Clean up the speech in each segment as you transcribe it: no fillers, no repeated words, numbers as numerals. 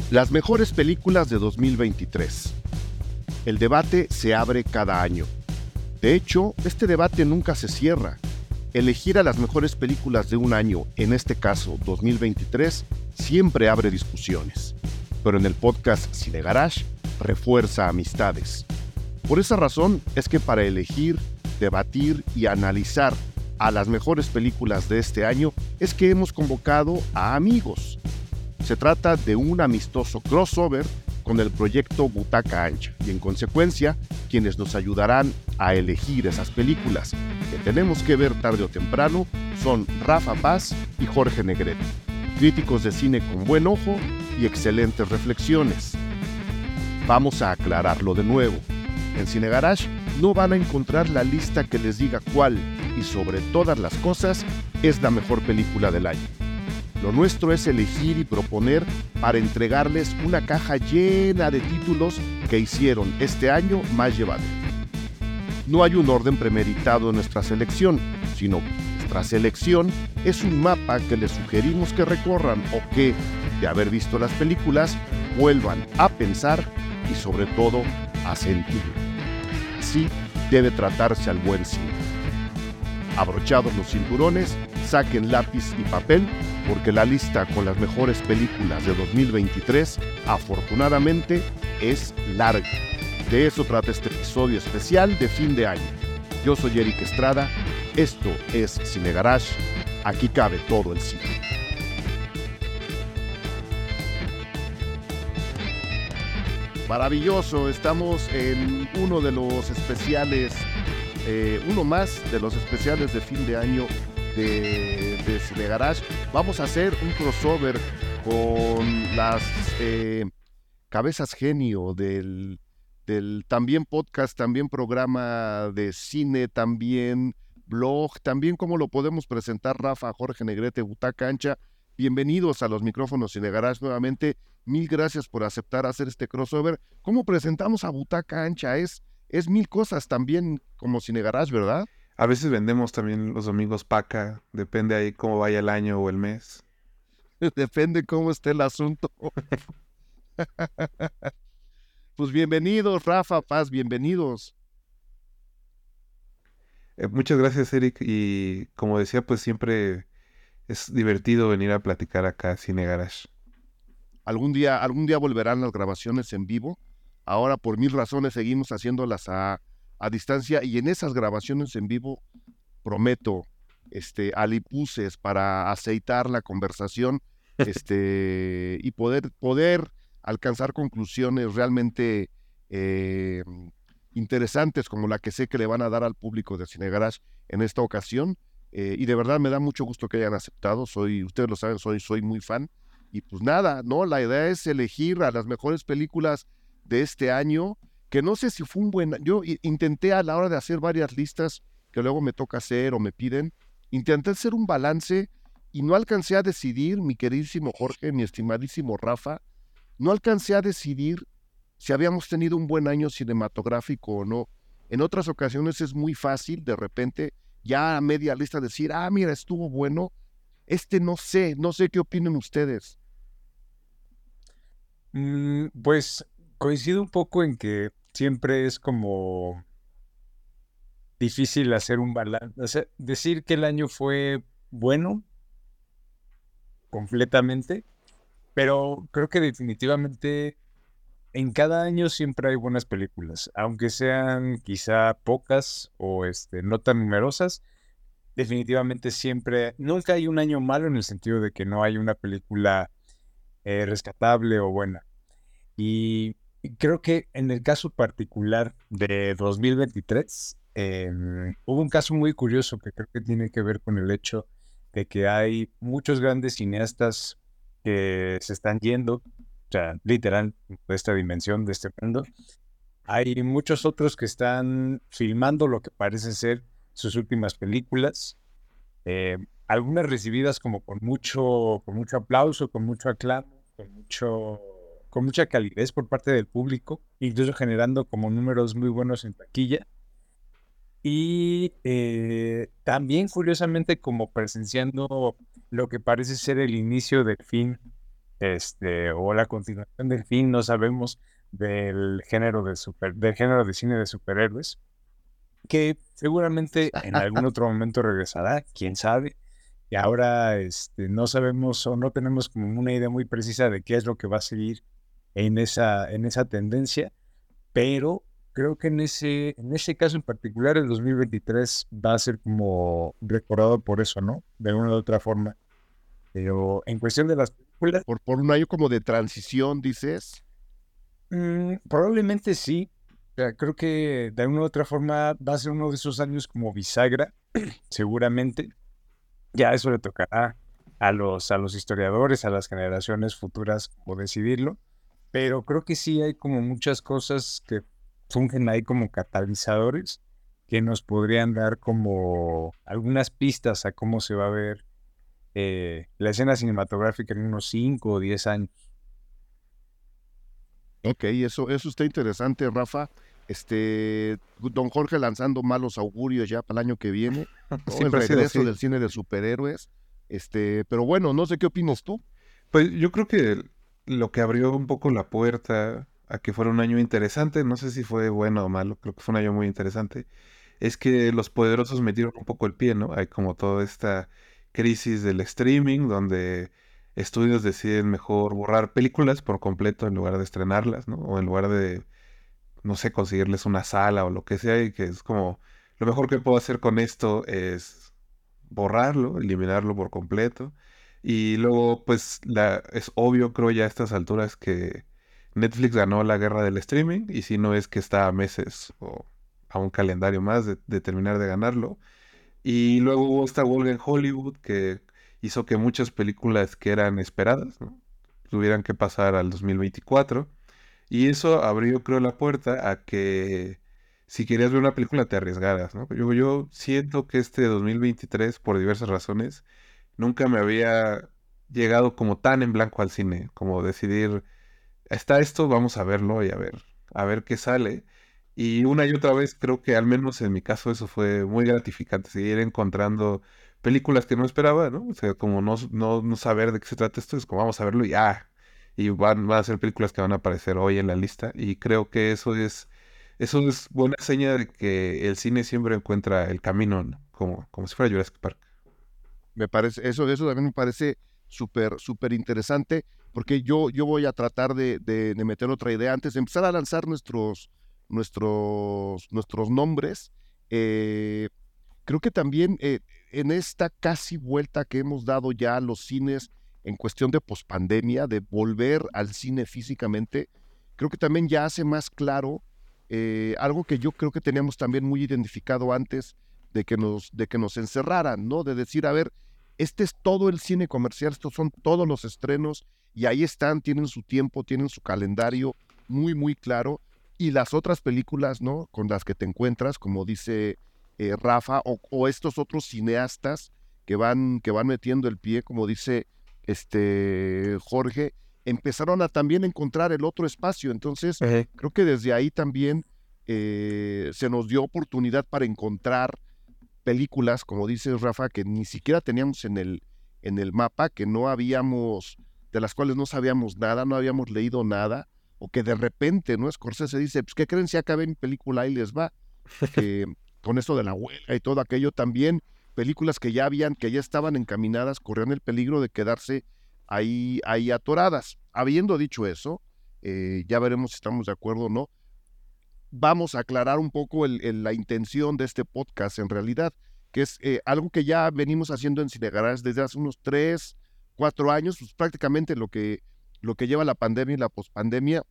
Las mejores películas de 2023. El debate se abre cada año. De hecho, este debate nunca se cierra. Elegir a las mejores películas de un año, en este caso 2023, siempre abre discusiones. Pero en el podcast Cine Garage, refuerza amistades. Por esa razón es que para elegir, debatir y analizar a las mejores películas de este año es que hemos convocado a amigos. Se trata de un amistoso crossover con el proyecto Butaca Ancha y en consecuencia quienes nos ayudarán a elegir esas películas que tenemos que ver tarde o temprano son Rafa Paz y Jorge Negrete, críticos de cine con buen ojo y excelentes reflexiones. Vamos a aclararlo de nuevo. En Cine Garage no van a encontrar la lista que les diga cuál y sobre todas las cosas es la mejor película del año. Lo nuestro es elegir y proponer para entregarles una caja llena de títulos que hicieron este año más llevadero. No hay un orden premeditado en nuestra selección, sino nuestra selección es un mapa que les sugerimos que recorran o que, de haber visto las películas, vuelvan a pensar y sobre todo a sentir. Así debe tratarse al buen cine. Abrochados los cinturones, saquen lápiz y papel, porque la lista con las mejores películas de 2023, afortunadamente, es larga. De eso trata este episodio especial de fin de año. Yo soy Eric Estrada, esto es Cine Garage, aquí cabe todo el cine. Maravilloso, estamos en uno de los especiales, uno más de los especiales de fin de año de Cine Garage. Vamos a hacer un crossover con las cabezas genio del también podcast, también programa de cine, también blog, también cómo lo podemos presentar Rafa, Jorge Negrete, Butaca Ancha. Bienvenidos a los micrófonos Cine Garage nuevamente. Mil gracias por aceptar hacer este crossover. ¿Cómo presentamos a Butaca Ancha? Es mil cosas también como Cine Garage, ¿verdad? A veces vendemos también los domingos paca, depende ahí cómo vaya el año o el mes. Depende cómo esté el asunto. Pues bienvenidos, Rafa, Paz, bienvenidos. Muchas gracias, Eric, y como decía, pues siempre es divertido venir a platicar acá a Cine Garage. Algún día volverán las grabaciones en vivo. Ahora, por mil razones, seguimos haciéndolas a distancia y en esas grabaciones en vivo prometo alipuses para aceitar la conversación y poder alcanzar conclusiones realmente interesantes como la que sé que le van a dar al público de Cine Garage en esta ocasión. Y de verdad me da mucho gusto que hayan aceptado. Ustedes lo saben, soy muy fan. Y pues nada, ¿no? La idea es elegir a las mejores películas de este año, que no sé si fue un buen... Yo intenté a la hora de hacer varias listas que luego me toca hacer o me piden, intenté hacer un balance y no alcancé a decidir, mi queridísimo Jorge, mi estimadísimo Rafa, no alcancé a decidir si habíamos tenido un buen año cinematográfico o no. En otras ocasiones es muy fácil de repente ya a media lista decir, mira, estuvo bueno. No sé qué opinen ustedes. Pues coincido un poco en que siempre es como difícil hacer un balance, o sea, decir que el año fue bueno completamente, pero creo que definitivamente en cada año siempre hay buenas películas, aunque sean quizá pocas o no tan numerosas. Definitivamente nunca hay un año malo en el sentido de que no hay una película rescatable o buena. Y creo que en el caso particular de 2023, hubo un caso muy curioso que creo que tiene que ver con el hecho de que hay muchos grandes cineastas que se están yendo, o sea, literal, de esta dimensión, de este mundo. Hay muchos otros que están filmando lo que parece ser sus últimas películas, algunas recibidas como con mucho aplauso, con mucho aclamo, con mucha calidez por parte del público, incluso generando como números muy buenos en taquilla. Y también, curiosamente, como presenciando lo que parece ser el inicio del fin o la continuación del film, no sabemos, del género del género de cine de superhéroes, que seguramente en algún otro momento regresará, quién sabe. Y ahora no sabemos o no tenemos como una idea muy precisa de qué es lo que va a seguir en esa tendencia, pero creo que en ese caso en particular, el 2023 va a ser como recordado por eso, ¿no? De una u otra forma. Pero en cuestión de las películas, Por un año como de transición, dices. probablemente sí. O sea, creo que de una u otra forma va a ser uno de esos años como bisagra, seguramente. Ya eso le tocará a los historiadores, a las generaciones futuras, como decidirlo. Pero creo que sí hay como muchas cosas que fungen ahí como catalizadores que nos podrían dar como algunas pistas a cómo se va a ver la escena cinematográfica en unos 5 o 10 años. Ok, eso está interesante, Rafa. Don Jorge lanzando malos augurios ya para el año que viene, ¿no? El Siempre ha sido regreso así. del cine de superhéroes. Pero bueno, no sé qué opinas tú. Pues yo creo que lo que abrió un poco la puerta a que fuera un año interesante, no sé si fue bueno o malo, creo que fue un año muy interesante, es que los poderosos metieron un poco el pie, ¿no? Hay como toda esta crisis del streaming donde estudios deciden mejor borrar películas por completo en lugar de estrenarlas, ¿no? O en lugar de, no sé, conseguirles una sala o lo que sea, y que es como, lo mejor que puedo hacer con esto es borrarlo, eliminarlo por completo. Y luego, pues, es obvio, creo ya a estas alturas, que Netflix ganó la guerra del streaming, y si no es que está a meses o a un calendario más de terminar de ganarlo. Y luego hubo esta huelga en Hollywood que hizo que muchas películas que eran esperadas, ¿no?, tuvieran que pasar al 2024. Y eso abrió, creo, la puerta a que si querías ver una película te arriesgaras, ¿no? Yo siento que este 2023, por diversas razones, nunca me había llegado como tan en blanco al cine, como decidir, está esto, vamos a verlo y a ver qué sale. Y una y otra vez creo que al menos en mi caso eso fue muy gratificante, seguir encontrando películas que no esperaba, ¿no? O sea, como no saber de qué se trata esto, es como vamos a verlo y y van a ser películas que van a aparecer hoy en la lista. Y creo que eso es buena seña de que el cine siempre encuentra el camino, ¿no? Como si fuera Jurassic Park. Me parece, eso también me parece súper interesante, porque yo voy a tratar de meter otra idea antes de empezar a lanzar nuestros nombres. Eh, Creo que también en esta casi vuelta que hemos dado ya a los cines en cuestión de pospandemia, de volver al cine físicamente, creo que también ya hace más claro algo que yo creo que teníamos también muy identificado antes de que nos encerraran, ¿no? De decir, a ver, este es todo el cine comercial, estos son todos los estrenos y ahí están, tienen su tiempo, tienen su calendario muy claro, y las otras películas, ¿no? Con las que te encuentras, como dice Rafa, o estos otros cineastas que van metiendo el pie, como dice Jorge, empezaron a también encontrar el otro espacio. Entonces, Ujú. creo que desde ahí también se nos dio oportunidad para encontrar películas, como dices Rafa, que ni siquiera teníamos en el mapa, que no habíamos, de las cuales no sabíamos nada, no habíamos leído nada, o que de repente, ¿no? Scorsese dice, pues, ¿qué creen si acabé mi película? Ahí les va. Que con esto de la huelga y todo aquello también, películas que ya estaban encaminadas, corrían el peligro de quedarse ahí atoradas. Habiendo dicho eso, ya veremos si estamos de acuerdo o no. Vamos a aclarar un poco la intención de este podcast en realidad, que es algo que ya venimos haciendo en Cinegarage desde hace unos 3, 4 años, pues prácticamente lo que lleva la pandemia y la pospandemia.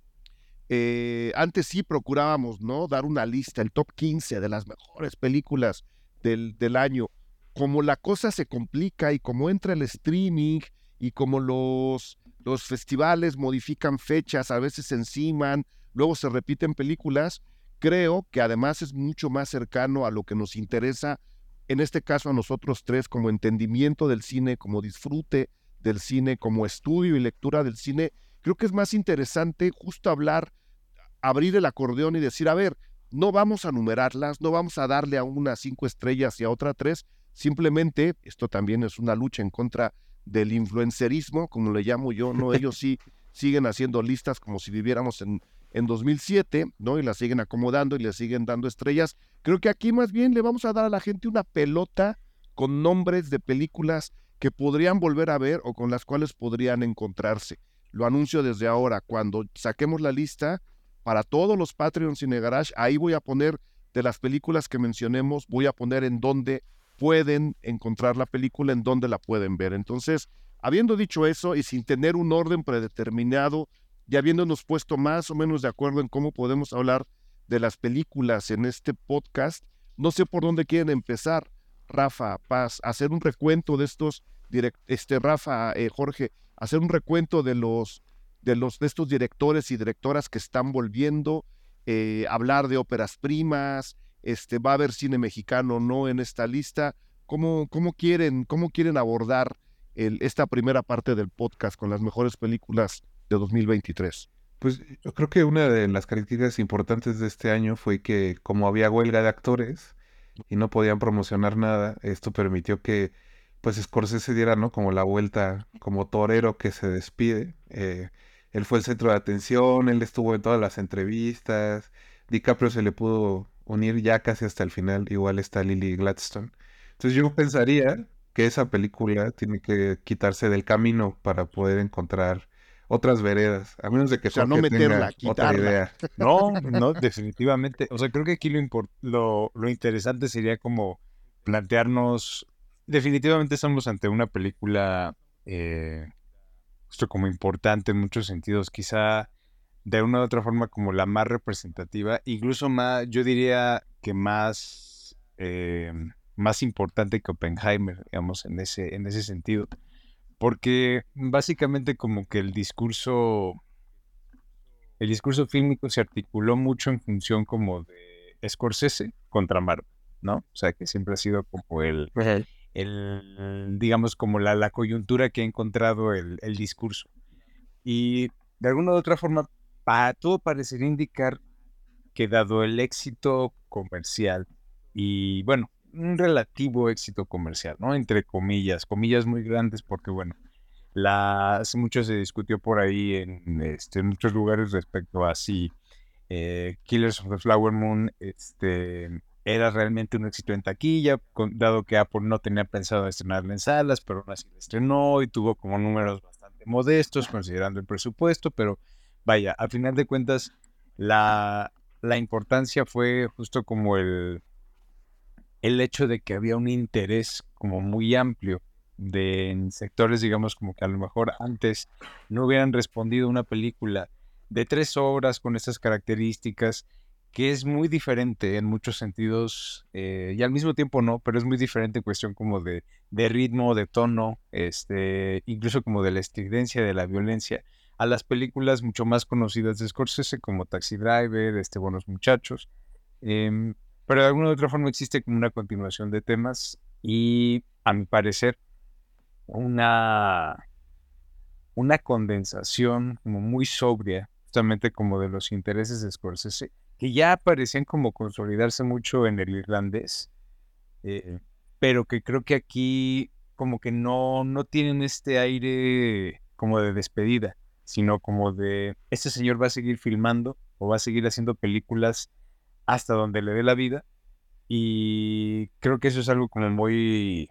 Antes sí procurábamos, ¿no? Dar una lista, el top 15 de las mejores películas del año. Como la cosa se complica y como entra el streaming y como los festivales modifican fechas, a veces se enciman, luego se repiten películas, creo que además es mucho más cercano a lo que nos interesa, en este caso a nosotros tres, como entendimiento del cine, como disfrute del cine, como estudio y lectura del cine. Creo que es más interesante justo hablar, abrir el acordeón y decir, a ver, no vamos a numerarlas, no vamos a darle a una 5 estrellas y a otra 3, simplemente, esto también es una lucha en contra del influencerismo, como le llamo yo, ¿no? Ellos sí siguen haciendo listas como si viviéramos en 2007, ¿no? Y las siguen acomodando y le siguen dando estrellas. Creo que aquí más bien le vamos a dar a la gente una pelota con nombres de películas que podrían volver a ver o con las cuales podrían encontrarse. Lo anuncio desde ahora, cuando saquemos la lista, para todos los Patreon Cine Garage, ahí voy a poner de las películas que mencionemos, voy a poner en dónde pueden encontrar la película, en dónde la pueden ver. Entonces, habiendo dicho eso y sin tener un orden predeterminado, y habiéndonos puesto más o menos de acuerdo en cómo podemos hablar de las películas en este podcast, no sé por dónde quieren empezar, Rafa, Paz, hacer un recuento de estos, Rafa, Jorge, hacer un recuento de estos directores y directoras que están volviendo, hablar de óperas primas, va a haber cine mexicano o no en esta lista. ¿Cómo quieren abordar esta primera parte del podcast con las mejores películas de 2023? Pues yo creo que una de las características importantes de este año fue que como había huelga de actores y no podían promocionar nada, esto permitió que pues Scorsese diera, ¿no? Como la vuelta, como torero que se despide. Él fue el centro de atención, él estuvo en todas las entrevistas, DiCaprio se le pudo unir ya casi hasta el final, igual está Lily Gladstone. Entonces yo pensaría que esa película tiene que quitarse del camino para poder encontrar otras veredas, a menos de que O sea, no Jorge tenga meterla, otra quitarla. idea. No, definitivamente. O sea, creo que aquí lo interesante sería como plantearnos, definitivamente estamos ante una película justo como importante en muchos sentidos, quizá de una u otra forma como la más representativa, incluso más, yo diría que más importante que Oppenheimer, digamos, en ese sentido. Porque básicamente como que el discurso fílmico se articuló mucho en función como de Scorsese contra Marvel, ¿no? O sea, que siempre ha sido como digamos, como la coyuntura que ha encontrado el discurso. Y de alguna u otra forma, todo parecería indicar que dado el éxito comercial y, bueno, un relativo éxito comercial, ¿no? Entre comillas muy grandes, porque, bueno, hace mucho se discutió por ahí en muchos lugares respecto a si Killers of the Flower Moon era realmente un éxito en taquilla, dado que Apple no tenía pensado estrenarla en salas, pero aún así la estrenó y tuvo como números bastante modestos considerando el presupuesto, pero vaya, al final de cuentas la importancia fue justo como el hecho de que había un interés como muy amplio en sectores, digamos, como que a lo mejor antes no hubieran respondido a una película de 3 horas con estas características, que es muy diferente en muchos sentidos, y al mismo tiempo no, pero es muy diferente en cuestión como de ritmo, de tono, incluso como de la estridencia de la violencia, a las películas mucho más conocidas de Scorsese, como Taxi Driver, Buenos Muchachos. em, pero de alguna u otra forma existe como una continuación de temas y, a mi parecer, una, una condensación como muy sobria, justamente como de los intereses de Scorsese, que ya parecían como consolidarse mucho en el irlandés, eh, pero que creo que aquí como que no tienen este aire como de despedida, sino como de, este señor va a seguir filmando o va a seguir haciendo películas hasta donde le dé la vida. Y creo que eso es algo como muy,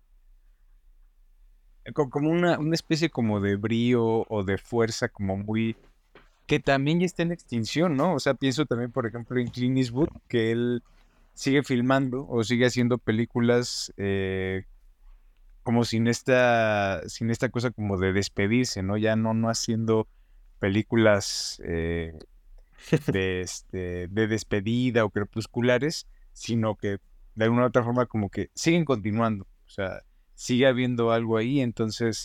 como una especie como de brío o de fuerza como muy, que también ya está en extinción, ¿no? O sea, pienso también, por ejemplo, en Clint Eastwood, que él sigue filmando o sigue haciendo películas como sin esta cosa como de despedirse, ¿no? Ya no haciendo películas de despedida o crepusculares, sino que de alguna u otra forma como que siguen continuando, o sea, sigue habiendo algo ahí, entonces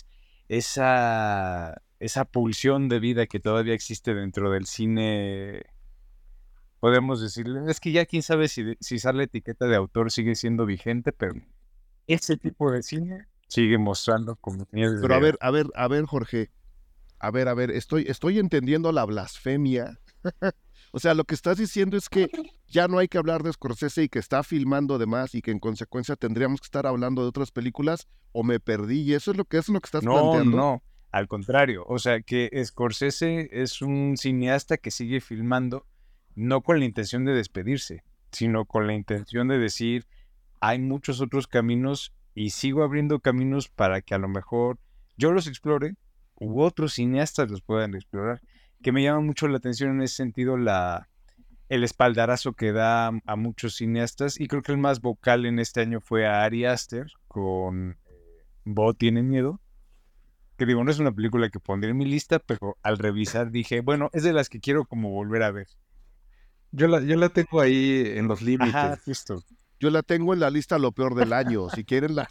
esa pulsión de vida que todavía existe dentro del cine, podemos decirle, es que ya quién sabe si usar la etiqueta de autor sigue siendo vigente, pero ese tipo de cine sigue mostrando como tenía Pero desde... a ver, Jorge, a ver, estoy entendiendo la blasfemia. O sea, lo que estás diciendo es que ya no hay que hablar de Scorsese y que está filmando de más y que en consecuencia tendríamos que estar hablando de otras películas, o me perdí, y eso es lo que estás No, planteando. no, al contrario. O sea, que Scorsese es un cineasta que sigue filmando, no con la intención de despedirse, sino con la intención de decir, hay muchos otros caminos y sigo abriendo caminos para que a lo mejor yo los explore u otros cineastas los puedan explorar. Que me llama mucho la atención en ese sentido el espaldarazo que da a muchos cineastas, y creo que el más vocal en este año fue a Ari Aster con Bo tiene miedo, que digo, no es una película que pondré en mi lista, pero al revisar dije, bueno, es de las que quiero como volver a ver. Yo la tengo ahí en los Ajá, límites. justo. Yo la tengo en la lista lo peor del año. Si quieren la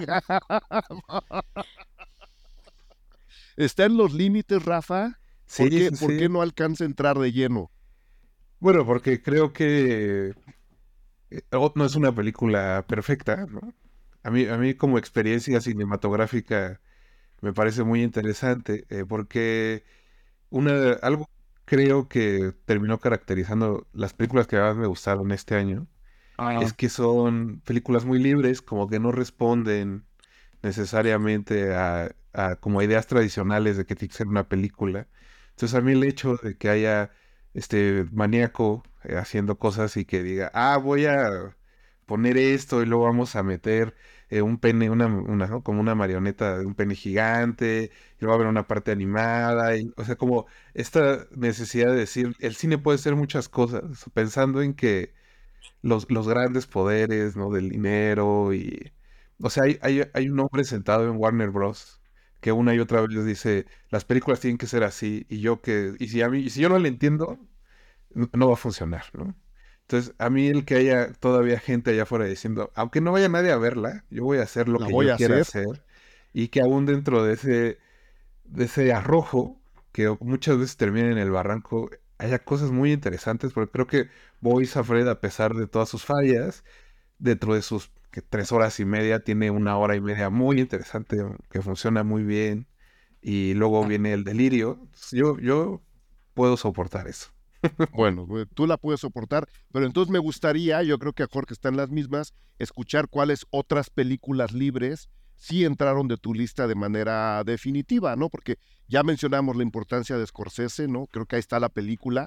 ¿Está en los límites, Rafa? Sí, sí, ¿Por qué sí. no alcanza a entrar de lleno? Bueno, porque creo que no es una película perfecta, ¿no? A mí como experiencia cinematográfica me parece muy interesante, porque algo creo que terminó caracterizando las películas que más me gustaron este año, es que son películas muy libres, como que no responden necesariamente a como ideas tradicionales de que tiene que ser una película. Entonces a mí el hecho de que haya este maníaco haciendo cosas y que diga, voy a poner esto y luego vamos a meter un pene, ¿no? Como una marioneta de un pene gigante, y luego va a haber una parte animada, o sea, como esta necesidad de decir, el cine puede ser muchas cosas, pensando en que los grandes poderes, ¿no? Del dinero y... O sea, hay un hombre sentado en Warner Bros. Que una y otra vez dice, las películas tienen que ser así, y si yo no le entiendo, no va a funcionar, ¿no? Entonces, a mí el que haya todavía gente allá afuera diciendo, aunque no vaya nadie a verla, yo voy a hacer lo La que voy yo a quiera hacer. hacer, y que aún dentro de ese arrojo, que muchas veces termina en el barranco, haya cosas muy interesantes, porque creo que Boys Afraid, a pesar de todas sus fallas, dentro de sus 3 horas y media, tiene 1 hora y media muy interesante, que funciona muy bien, y luego viene el delirio. Yo puedo soportar eso. Bueno, tú la puedes soportar, pero entonces me gustaría, yo creo que a Jorge están las mismas, escuchar cuáles otras películas libres sí entraron de tu lista de manera definitiva, ¿no? Porque ya mencionamos la importancia de Scorsese, ¿no? Creo que ahí está la película.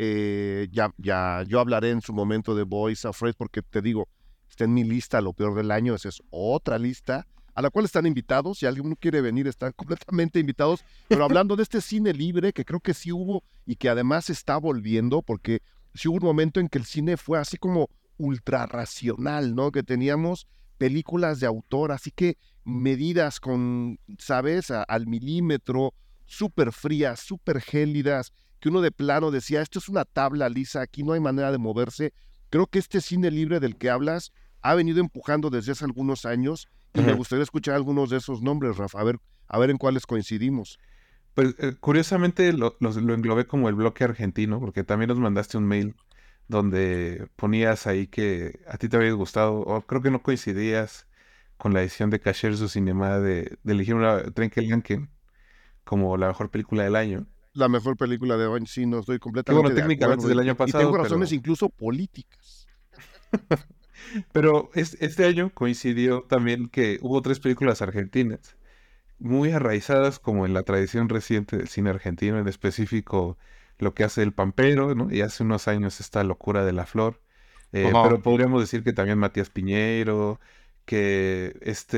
Yo hablaré en su momento de Boys Afraid porque te digo, está en mi lista lo peor del año, esa es otra lista a la cual están invitados, si alguien quiere venir están completamente invitados, pero hablando de este cine libre, que creo que sí hubo y que además está volviendo, porque sí hubo un momento en que el cine fue así como ultra racional, ¿no? Que teníamos películas de autor, así que medidas con, ¿sabes? Al milímetro, súper frías, súper gélidas, que uno de plano decía, esto es una tabla lisa, aquí no hay manera de moverse. Creo que este cine libre del que hablas ha venido empujando desde hace algunos años y me Ujú. gustaría escuchar algunos de esos nombres, Rafa, a ver en cuáles coincidimos. Pues curiosamente lo englobé como el bloque argentino, porque también nos mandaste un mail donde ponías ahí que a ti te había gustado, o creo que no coincidías con la edición de Cacher su Cinema de elegir una Trenkeljanken como la mejor película del año. La mejor película de hoy, sí, no estoy Que bueno, completamente de técnicamente es acuerdo del año y tengo pasado, razones pero, incluso políticas. pero este año coincidió también que hubo 3 películas argentinas, muy arraizadas como en la tradición reciente del cine argentino, en específico lo que hace El Pampero, ¿no? Y hace unos años esta Locura de la Flor. Ajá. Pero podríamos decir que también Matías Piñeiro, que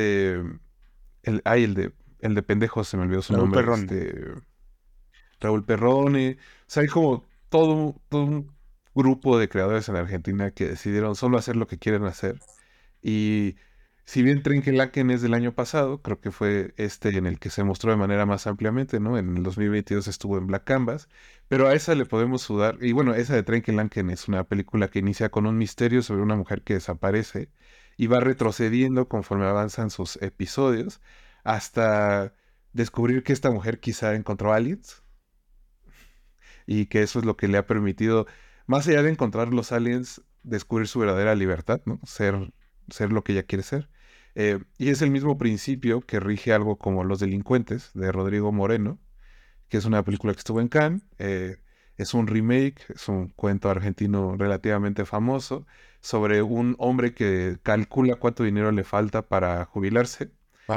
el de pendejo se me olvidó su Raúl nombre, Perrón. Raúl Perrone. O sea, hay como todo un grupo de creadores en Argentina que decidieron solo hacer lo que quieren hacer. Y si bien Trenkelauken es del año pasado, creo que fue este en el que se mostró de manera más ampliamente, ¿no? En el 2022 estuvo en Black Canvas, pero a esa le podemos sudar. Y bueno, esa de Trenkelauken es una película que inicia con un misterio sobre una mujer que desaparece y va retrocediendo conforme avanzan sus episodios hasta descubrir que esta mujer quizá encontró aliens y que eso es lo que le ha permitido, más allá de encontrar los aliens, descubrir su verdadera libertad, ¿no? Ser lo que ella quiere ser. Y es el mismo principio que rige algo como Los Delincuentes, de Rodrigo Moreno, que es una película que estuvo en Cannes. Es un remake, es un cuento argentino relativamente famoso sobre un hombre que calcula cuánto dinero le falta para jubilarse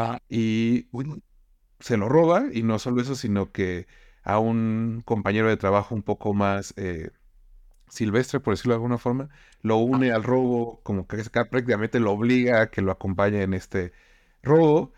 y se lo roba, y no solo eso, sino que a un compañero de trabajo un poco más silvestre, por decirlo de alguna forma, lo une al robo, como que prácticamente lo obliga a que lo acompañe en este robo.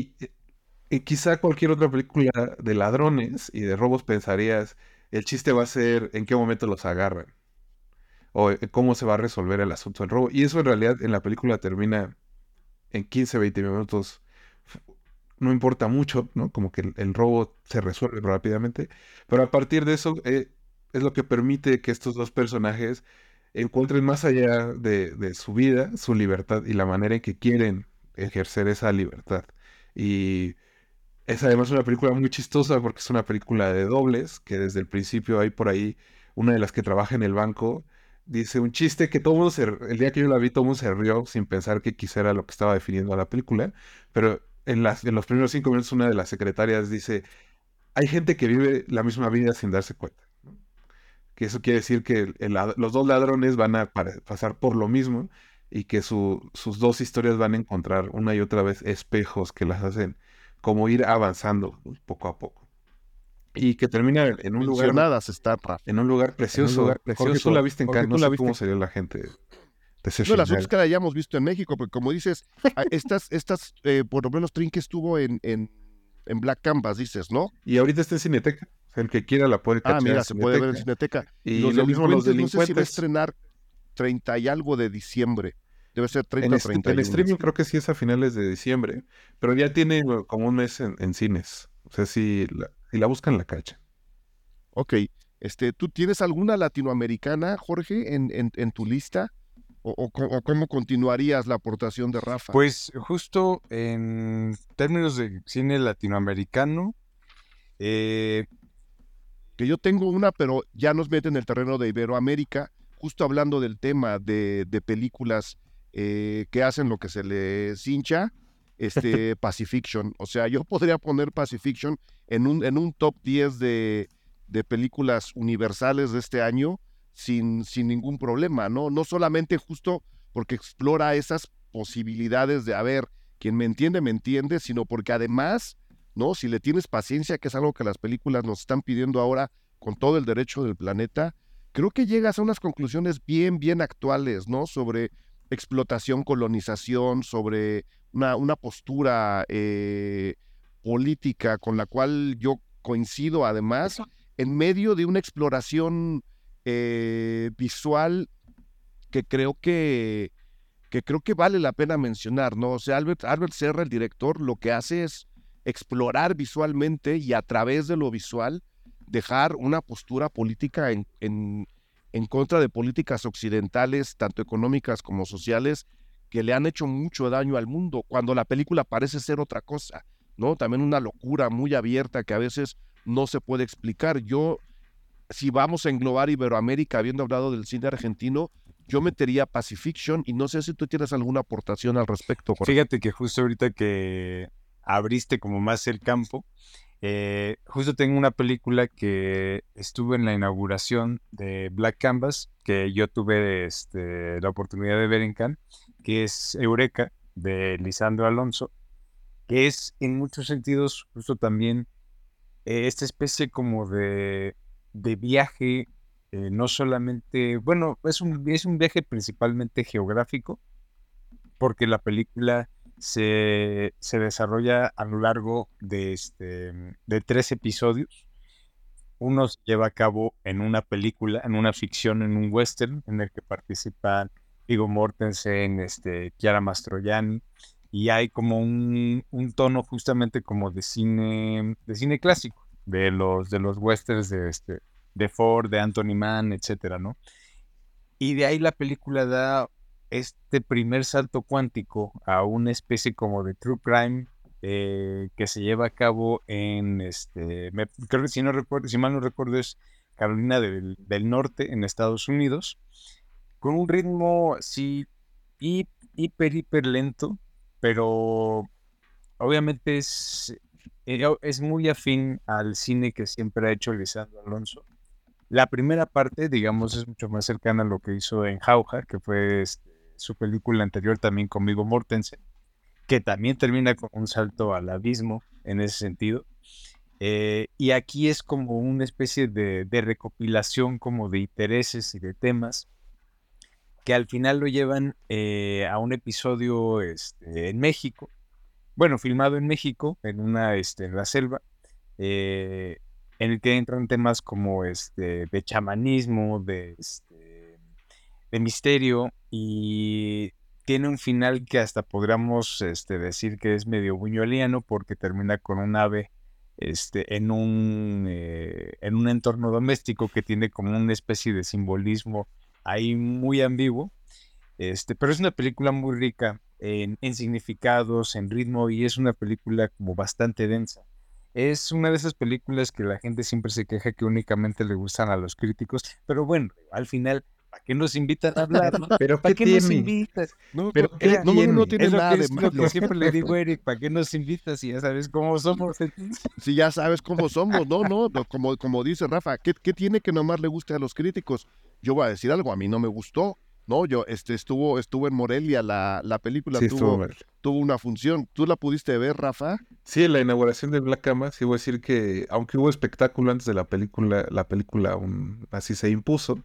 Y quizá cualquier otra película de ladrones y de robos pensarías, el chiste va a ser en qué momento los agarran o cómo se va a resolver el asunto del robo. Y eso en realidad en la película termina en 15, 20 minutos. No importa mucho, ¿no? Como que el robo se resuelve rápidamente. Pero a partir de eso es lo que permite que estos dos personajes encuentren más allá de su vida, su libertad y la manera en que quieren ejercer esa libertad. Y es además una película muy chistosa porque es una película de dobles, que desde el principio hay por ahí una de las que trabaja en el banco, dice un chiste que todo el mundo el día que yo la vi, todo el mundo se rió sin pensar que quizá era lo que estaba definiendo a la película, pero en los primeros 5 minutos una de las secretarias dice, hay gente que vive la misma vida sin darse cuenta, ¿no? Que eso quiere decir que los dos ladrones van a pasar por lo mismo y que sus dos historias van a encontrar una y otra vez espejos que las hacen como ir avanzando, ¿no? Poco a poco. Y que termina Mencionadas están, Rafa. en un lugar precioso. Jorge, tú la viste en Cannes, no sé cómo sería la gente de ese No, las otras final. que la hayamos visto en México, porque como dices, por lo menos Trin que estuvo en Black Canvas, dices, ¿no? Y ahorita está en Cineteca. O sea, el que quiera la puede Ah, cachar en mira, se puede ver en Cineteca. Cineteca. Y Y lo mismo los no sé si va a delincuentes. estrenar 30 y algo de diciembre. Debe ser En, 30 o en 31. streaming creo que sí es a finales de diciembre, pero ya tiene como un mes en cines. O sea, si la buscan, la cachan. Ok. ¿Tú tienes alguna latinoamericana, Jorge, en tu lista? ¿O cómo continuarías la aportación de Rafa? Pues justo en términos de cine latinoamericano, eh, Que yo tengo una, pero ya nos mete en el terreno de Iberoamérica, justo hablando del tema de películas que hacen lo que se les hincha, Pacifiction. O sea, yo podría poner Pacifiction en un top 10 de películas universales de este año sin ningún problema, ¿no? No solamente justo porque explora esas posibilidades de, a ver, quien me entiende, sino porque además, ¿no? Si le tienes paciencia, que es algo que las películas nos están pidiendo ahora con todo el derecho del planeta, creo que llegas a unas conclusiones bien actuales, ¿no? Sobre explotación, colonización, sobre una postura política con la cual yo coincido además, en medio de una exploración visual que creo que vale la pena mencionar, ¿no? O sea, Albert Serra, el director, lo que hace es explorar visualmente y a través de lo visual dejar una postura política en contra de políticas occidentales, tanto económicas como sociales, que le han hecho mucho daño al mundo, cuando la película parece ser otra cosa, ¿no? También una locura muy abierta que a veces no se puede explicar. Si vamos a englobar Iberoamérica, habiendo hablado del cine argentino, yo metería Pacifiction y no sé si tú tienes alguna aportación al respecto, Jorge. fíjate que justo ahorita que abriste como más el campo, justo tengo una película que estuve en la inauguración de Black Canvas, que yo tuve la oportunidad de ver en Cannes, que es Eureka, de Lisandro Alonso, que es en muchos sentidos justo también esta especie como de viaje, no solamente, bueno, es un viaje principalmente geográfico, porque la película se desarrolla a lo largo de 3 episodios. Uno se lleva a cabo en una película, en una ficción, en un western, en el que participan Viggo Mortensen, Chiara Mastroianni, y hay como un tono justamente como de cine clásico, de los westerns de Ford, de Anthony Mann, etcétera, ¿no? Y de ahí la película da este primer salto cuántico a una especie como de true crime que se lleva a cabo en creo que si mal no recuerdo es Carolina del Norte en Estados Unidos, con un ritmo sí hiper lento, pero obviamente es muy afín al cine que siempre ha hecho Lisandro Alonso. La primera parte, digamos, es mucho más cercana a lo que hizo en Jauja, que fue su película anterior también con Viggo Mortensen, que también termina con un salto al abismo en ese sentido. Y aquí es como una especie de recopilación como de intereses y de temas que al final lo llevan a un episodio en México, bueno, filmado en México, en la selva, eh, en el que entran temas como de chamanismo, de misterio, y tiene un final que hasta podríamos decir que es medio buñueliano porque termina con un ave en un entorno doméstico que tiene como una especie de simbolismo ahí muy ambiguo. Pero es una película muy rica en significados, en ritmo, y es una película como bastante densa. Es una de esas películas que la gente siempre se queja que únicamente le gustan a los críticos, pero bueno, al final, ¿para qué nos invitan a hablar? ¿Pero ¿Para qué qué nos tiene? invitas? No, ¿Pero qué mira, No, no, no, no tiene? tiene nada de es lo malo. que siempre le digo a Eric, ¿para qué nos invitas? Y ya sabes cómo somos. Si ya sabes cómo somos, no, como dice Rafa, ¿qué tiene que nomás le guste a los críticos? Yo voy a decir algo, a mí no me gustó, ¿no? Yo, estuvo en Morelia, la película Sí, estuvo mal. tuvo una función. ¿Tú la pudiste ver, Rafa? Sí, en la inauguración de Black Mamba, sí voy a decir que, aunque hubo espectáculo antes de la película aún así se impuso.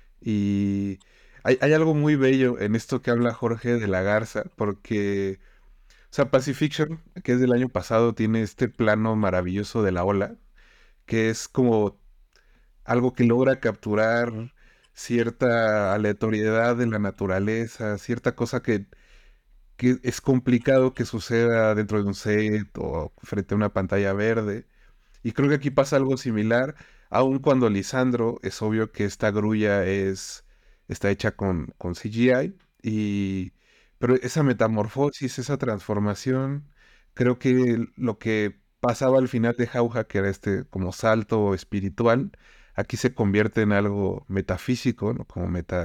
Y hay algo muy bello en esto que habla Jorge de la Garza, porque, o sea, Pacifiction, que es del año pasado, tiene este plano maravilloso de la ola, que es como algo que logra capturar cierta aleatoriedad de la naturaleza, cierta cosa que es complicado que suceda dentro de un set o frente a una pantalla verde. Y creo que aquí pasa algo similar, aun cuando Lisandro es obvio que esta grulla está hecha con CGI, pero esa metamorfosis, esa transformación, creo que lo que pasaba al final de Jauja, que era este como salto espiritual, aquí se convierte en algo metafísico, ¿no?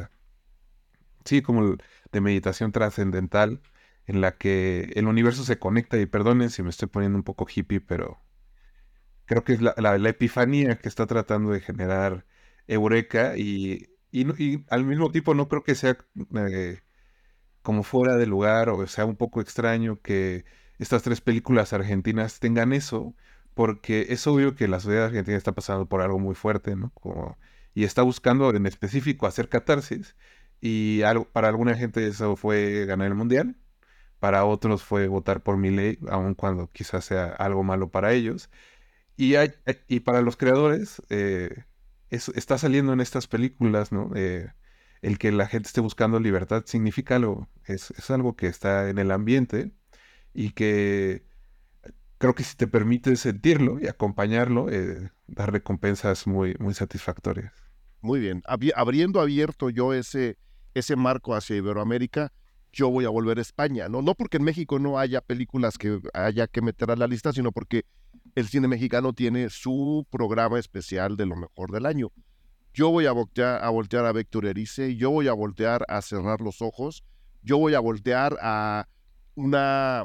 Sí, de meditación trascendental, en la que el universo se conecta, y perdonen si me estoy poniendo un poco hippie, pero creo que es la epifanía que está tratando de generar Eureka, y al mismo tiempo no creo que sea eh, como fuera de lugar o sea un poco extraño que estas tres películas argentinas tengan eso, porque es obvio que la sociedad argentina está pasando por algo muy fuerte, ¿no? Y está buscando en específico hacer catarsis, y para alguna gente eso fue ganar el mundial, para otros fue votar por Milei, aun cuando quizás sea algo malo para ellos. Y para los creadores, está saliendo en estas películas, ¿no? El que la gente esté buscando libertad significa algo, es algo que está en el ambiente, y que creo que si te permites sentirlo y acompañarlo, da recompensas muy, muy satisfactorias. Muy bien. Habiendo abierto yo ese marco hacia Iberoamérica, yo voy a volver a España, ¿no? No porque en México no haya películas que haya que meter a la lista, sino porque el cine mexicano tiene su programa especial de lo mejor del año. Yo voy a voltear a Víctor Erice, yo voy a voltear a Cerrar los Ojos, yo voy a voltear a una,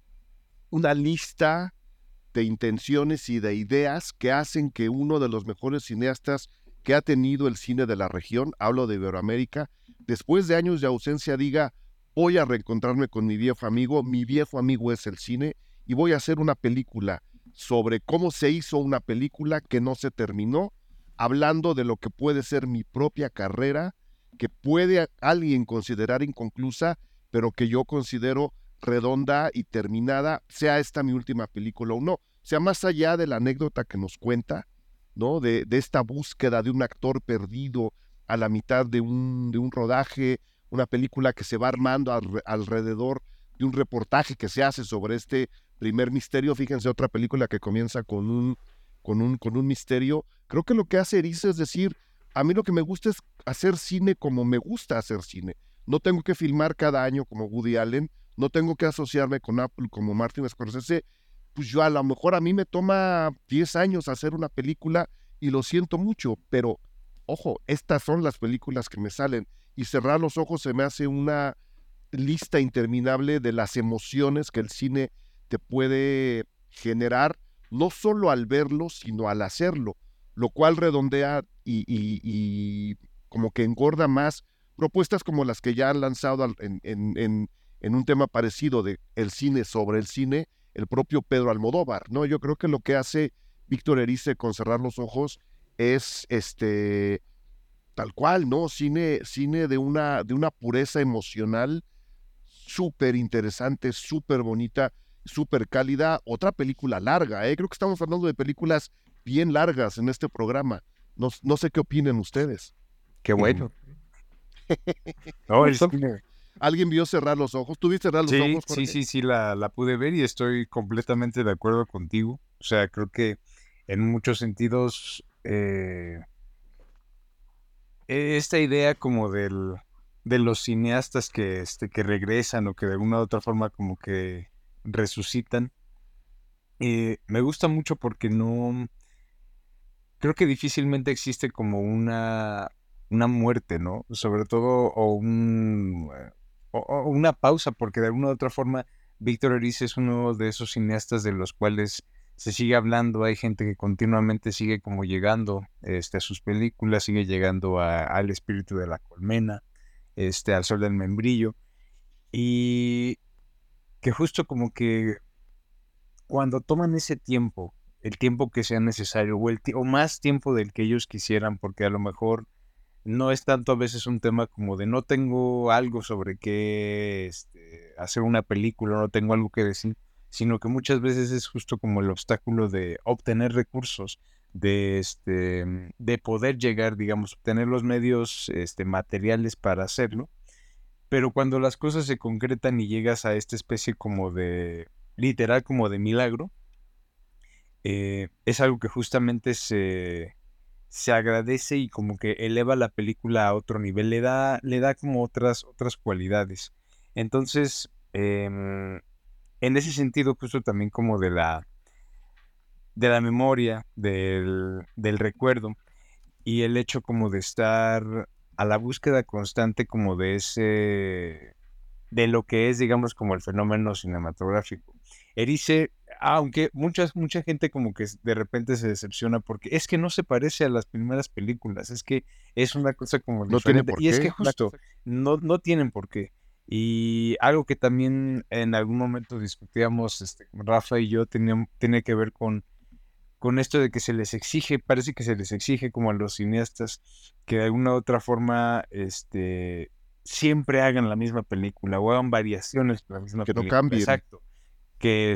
una lista de intenciones y de ideas que hacen que uno de los mejores cineastas que ha tenido el cine de la región, hablo de Iberoamérica, después de años de ausencia diga, voy a reencontrarme con mi viejo amigo es el cine, y voy a hacer una película sobre cómo se hizo una película que no se terminó, hablando de lo que puede ser mi propia carrera, que puede alguien considerar inconclusa, pero que yo considero redonda y terminada, sea esta mi última película o no. Sea más allá de la anécdota que nos cuenta, ¿no? De esta búsqueda de un actor perdido a la mitad de un rodaje, una película que se va armando alrededor de un reportaje que se hace sobre este primer misterio. Fíjense, otra película que comienza con un misterio. Creo que lo que hace Eriza es decir, a mí lo que me gusta es hacer cine como me gusta hacer cine. No tengo que filmar cada año como Woody Allen, no tengo que asociarme con Apple como Martin Scorsese. Pues yo a lo mejor a mí me toma 10 años hacer una película y lo siento mucho, pero ojo, estas son las películas que me salen, y Cerrar los Ojos se me hace una lista interminable de las emociones que el cine te puede generar, no solo al verlo, sino al hacerlo. lo cual redondea y como que engorda más propuestas como las que ya han lanzado en un tema parecido de el cine sobre el cine, el propio Pedro Almodóvar, ¿no? Yo creo que lo que hace Víctor Erice con Cerrar los Ojos es tal cual, ¿no? Cine de una pureza emocional súper interesante, súper bonita, súper cálida. Otra película larga, ¿eh? Creo que estamos hablando de películas bien largas en este programa. No sé qué opinen ustedes. Qué bueno. No, el Justo. cine. ¿Alguien vio Cerrar los Ojos? ¿Tuviste Cerrar los Ojos, Jorge? Sí, la pude ver y estoy completamente de acuerdo contigo. O sea, creo que en muchos sentidos esta idea como de los cineastas que regresan o que de alguna u otra forma como que resucitan, me gusta mucho porque no, creo que difícilmente existe como una muerte, ¿no? Sobre todo, o una pausa, porque de alguna u otra forma Víctor Erice es uno de esos cineastas de los cuales se sigue hablando, hay gente que continuamente sigue como llegando a sus películas, sigue llegando al Espíritu de la Colmena, al Sol del Membrillo, y que justo como que cuando toman ese tiempo, el tiempo que sea necesario, o más tiempo del que ellos quisieran, porque a lo mejor no es tanto a veces un tema como de no tengo algo sobre qué hacer una película, no tengo algo que decir, sino que muchas veces es justo como el obstáculo de obtener recursos, de poder llegar, digamos, obtener los medios materiales para hacerlo, pero cuando las cosas se concretan y llegas a esta especie como de, literal como de milagro, es algo que justamente se agradece y como que eleva la película a otro nivel, le da como otras cualidades. Entonces, en ese sentido, justo también como de la memoria, del recuerdo y el hecho como de estar a la búsqueda constante como de lo que es, digamos, como el fenómeno cinematográfico. Erice, aunque mucha gente como que de repente se decepciona porque es que no se parece a las primeras películas, es que es una cosa como No tiene diferente. por Y es que qué. justo, no tienen por qué. Y algo que también en algún momento discutíamos, Rafa y yo, tiene que ver con esto de que se les exige, parece que se les exige como a los cineastas que de alguna u otra forma, siempre hagan la misma película o hagan variaciones de la misma Que no película. cambien. Exacto. Que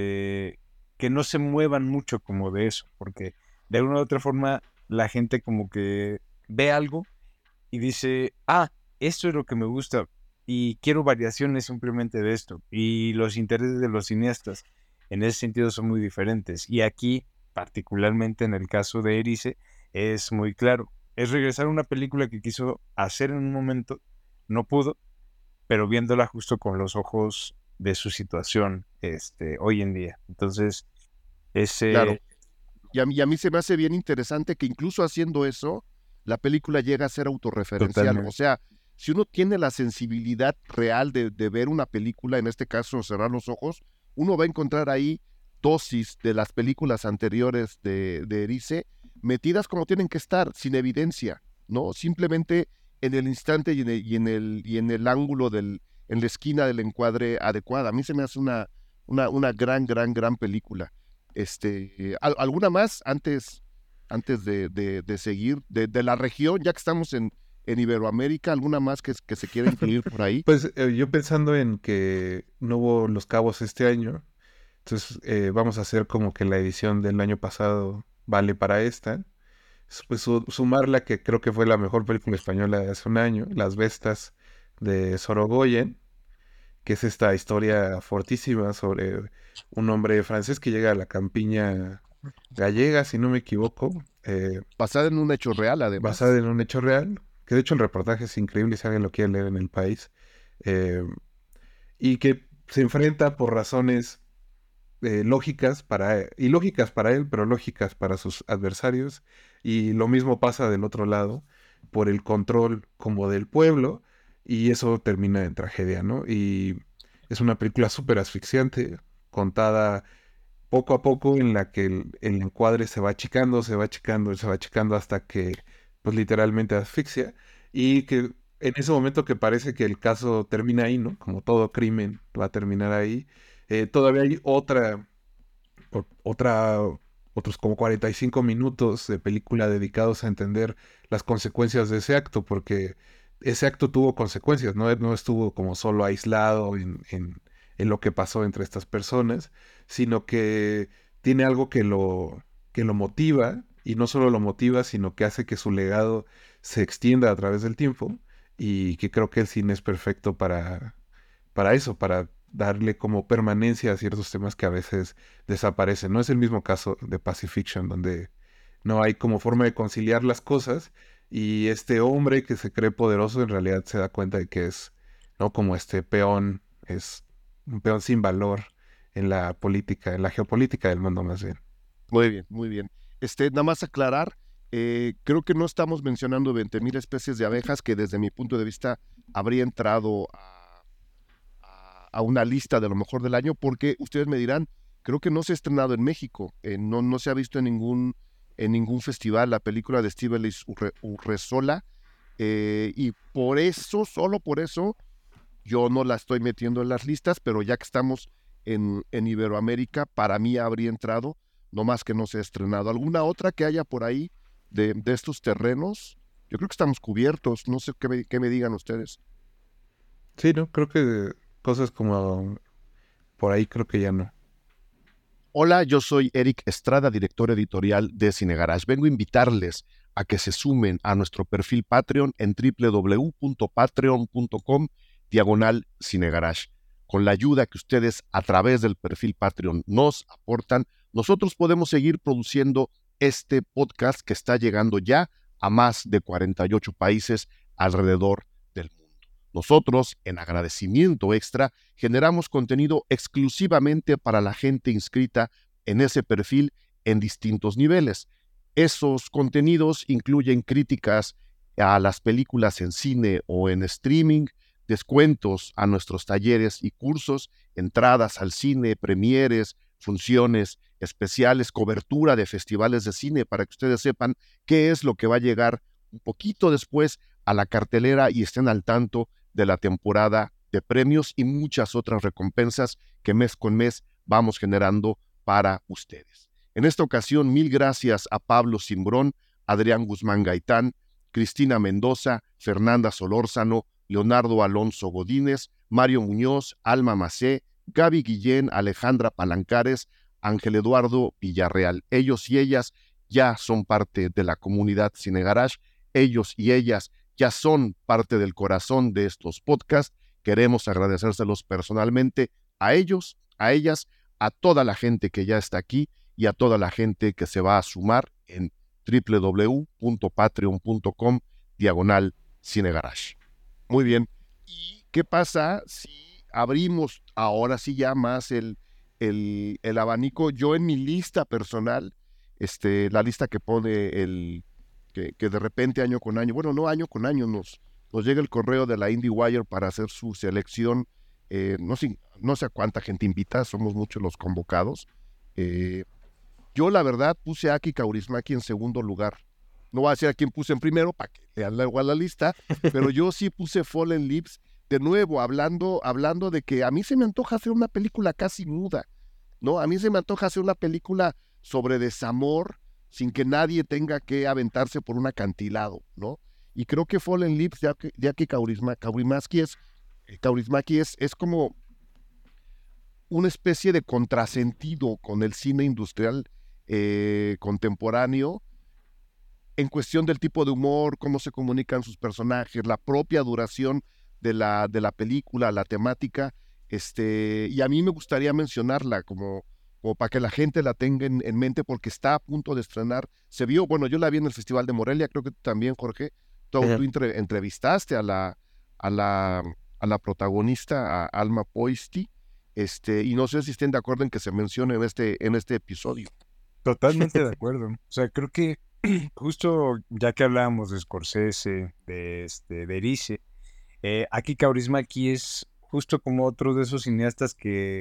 que no se muevan mucho como de eso, porque de alguna u otra forma la gente como que ve algo y dice, esto es lo que me gusta y quiero variaciones simplemente de esto. Y los intereses de los cineastas en ese sentido son muy diferentes. Y aquí, particularmente en el caso de Erice, es muy claro. Es regresar a una película que quiso hacer en un momento, no pudo, pero viéndola justo con los ojos de su situación hoy en día. Entonces, Claro. ese Y a mí se me hace bien interesante que incluso haciendo eso, la película llega a ser autorreferencial. O totalmente. sea, si uno tiene la sensibilidad real de ver una película, en este caso Cerrar los Ojos, uno va a encontrar ahí dosis de las películas anteriores de Erice metidas como tienen que estar, sin evidencia, ¿no? Simplemente en el instante y en el ángulo en la esquina del encuadre adecuada. A mí se me hace una gran película. ¿Alguna más antes de seguir? De la región, ya que estamos en Iberoamérica, ¿alguna más que se quiera incluir por ahí? Pues yo pensando en que no hubo Los Cabos este año, entonces vamos a hacer como que la edición del año pasado vale para esta. Pues sumarla que creo que fue la mejor película española de hace un año, Las Bestas de Sorogoyen, que es esta historia fortísima sobre un hombre francés que llega a la campiña gallega, si no me equivoco, Basada en un hecho real, basada además. en un hecho real, que de hecho el reportaje es increíble si alguien lo quiere leer en El País, eh, y que se enfrenta por razones lógicas ilógicas para él, pero lógicas para sus adversarios, y lo mismo pasa del otro lado, por el control como del pueblo, y eso termina en tragedia, ¿no? Y es una película súper asfixiante, contada poco a poco en la que el encuadre se va achicando, se va achicando, se va achicando hasta que pues literalmente asfixia y que en ese momento que parece que el caso termina ahí, ¿no? Como todo crimen va a terminar ahí, todavía hay otra, otros como 45 minutos de película dedicados a entender las consecuencias de ese acto, porque ese acto tuvo consecuencias, no estuvo como solo aislado en lo que pasó entre estas personas, sino que tiene algo que lo motiva, y no solo lo motiva, sino que hace que su legado se extienda a través del tiempo, y que creo que el cine es perfecto para eso, para darle como permanencia a ciertos temas que a veces desaparecen. No es el mismo caso de Pacifiction, donde no hay como forma de conciliar las cosas y este hombre que se cree poderoso en realidad se da cuenta de que es, ¿no? Como este peón, es un peón sin valor en la política, en la geopolítica del mundo más bien. Muy bien, muy bien. Nada más aclarar, creo que no estamos mencionando 20.000 especies de abejas, que desde mi punto de vista habría entrado a una lista de lo mejor del año, porque ustedes me dirán, creo que no se ha estrenado en México, no se ha visto en ningún festival la película de Estíbaliz Urresola, y por eso, solo por eso, yo no la estoy metiendo en las listas, pero ya que estamos en Iberoamérica, para mí habría entrado, no más que no se ha estrenado. ¿Alguna otra que haya por ahí de estos terrenos? Yo creo que estamos cubiertos, no sé qué me digan ustedes. Sí, ¿no? Creo que cosas como por ahí creo que ya no. Hola, yo soy Eric Estrada, director editorial de Cine Garage. Vengo a invitarles a que se sumen a nuestro perfil Patreon en www.patreon.com/cinegarage. Con la ayuda que ustedes a través del perfil Patreon nos aportan, nosotros podemos seguir produciendo este podcast que está llegando ya a más de 48 países alrededor del mundo. Nosotros, en agradecimiento extra, generamos contenido exclusivamente para la gente inscrita en ese perfil en distintos niveles. Esos contenidos incluyen críticas a las películas en cine o en streaming, descuentos a nuestros talleres y cursos, entradas al cine, premieres, funciones especiales, cobertura de festivales de cine para que ustedes sepan qué es lo que va a llegar un poquito después a la cartelera y estén al tanto de la temporada de premios y muchas otras recompensas que mes con mes vamos generando para ustedes. En esta ocasión, mil gracias a Pablo Cimbrón, Adrián Guzmán Gaitán, Cristina Mendoza, Fernanda Solórzano, Leonardo Alonso Godínez, Mario Muñoz, Alma Macé, Gaby Guillén, Alejandra Palancares, Ángel Eduardo Villarreal. Ellos y ellas ya son parte de la comunidad Cine Garage. Ellos y ellas ya son parte del corazón de estos podcasts. Queremos agradecérselos personalmente a ellos, a ellas, a toda la gente que ya está aquí y a toda la gente que se va a sumar en www.patreon.com/cinegarage. Muy bien. ¿Y qué pasa si abrimos ahora sí ya más el abanico? Yo en mi lista personal, la lista que pone que de repente año con año, bueno, no año con año, nos llega el correo de la IndieWire para hacer su selección. No sé a cuánta gente invita, somos muchos los convocados. Yo la verdad puse a Aki Kaurismäki en segundo lugar. No voy a decir a quién puse en primero para que lean igual la lista, pero yo sí puse Fallen Leaves, de nuevo, hablando de que a mí se me antoja hacer una película casi muda, ¿no? A mí se me antoja hacer una película sobre desamor sin que nadie tenga que aventarse por un acantilado, ¿no? Y creo que Fallen Leaves de Aki Kaurismäki es como una especie de contrasentido con el cine industrial contemporáneo en cuestión del tipo de humor, cómo se comunican sus personajes, la propia duración de la película, la temática, y a mí me gustaría mencionarla como para que la gente la tenga en mente porque está a punto de estrenar. Se vio, bueno, yo la vi en el Festival de Morelia, creo que tú también, Jorge. Tú entrevistaste a la protagonista, a Alma Poisty, y no sé si estén de acuerdo en que se mencione en este episodio. Totalmente de acuerdo. O sea, creo que justo ya que hablábamos de Scorsese, de Berice, Aki Kaurismäki es justo como otro de esos cineastas que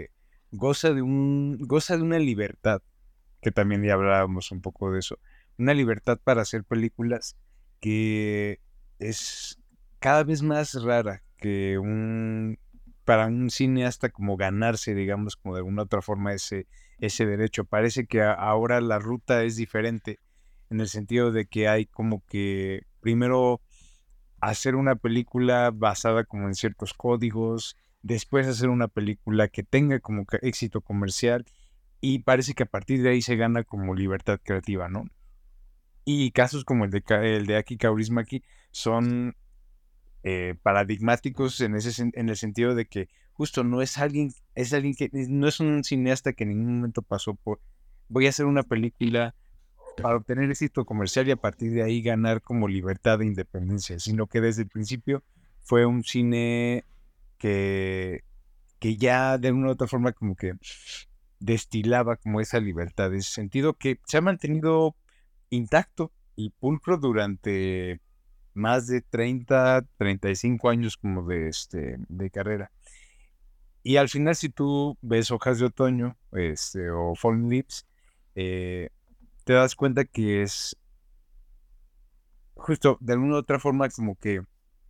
goza de una libertad, que también ya hablábamos un poco de eso, una libertad para hacer películas que es cada vez más rara que para un cineasta como ganarse, digamos, como de alguna otra forma ese derecho. Parece que ahora la ruta es diferente en el sentido de que hay como que primero hacer una película basada como en ciertos códigos, después hacer una película que tenga como que éxito comercial y parece que a partir de ahí se gana como libertad creativa, ¿no? Y casos como el de Aki Kaurismäki son paradigmáticos en el sentido de que justo no es alguien que no es un cineasta que en ningún momento pasó por voy a hacer una película para obtener éxito comercial y a partir de ahí ganar como libertad e independencia, sino que desde el principio fue un cine que, que ya de una u otra forma como que destilaba como esa libertad, ese sentido que se ha mantenido intacto y pulcro durante más de 35 años como de carrera. Y al final, si tú ves Hojas de Otoño, o Fallen Leaves, eh, te das cuenta que es justo de alguna u otra forma como que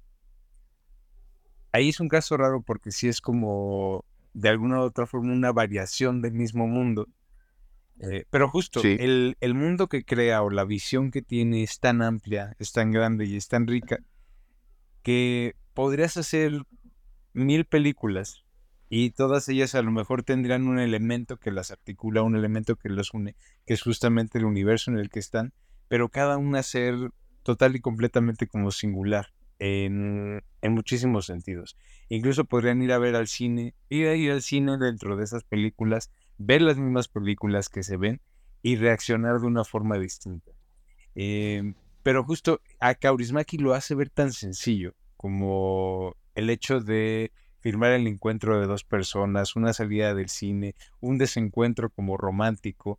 ahí es un caso raro porque sí es como de alguna u otra forma una variación del mismo mundo. Pero justo Sí, el mundo que crea o la visión que tiene es tan amplia, es tan grande y es tan rica que podrías hacer 1000 películas y todas ellas a lo mejor tendrán un elemento que las articula, un elemento que los une, que es justamente el universo en el que están, pero cada una ser total y completamente como singular en muchísimos sentidos. Incluso podrían ir a ver al cine, ir al cine dentro de esas películas, ver las mismas películas que se ven y reaccionar de una forma distinta. Pero justo a Kaurismäki lo hace ver tan sencillo como el hecho de firmar el encuentro de dos personas, una salida del cine, un desencuentro como romántico,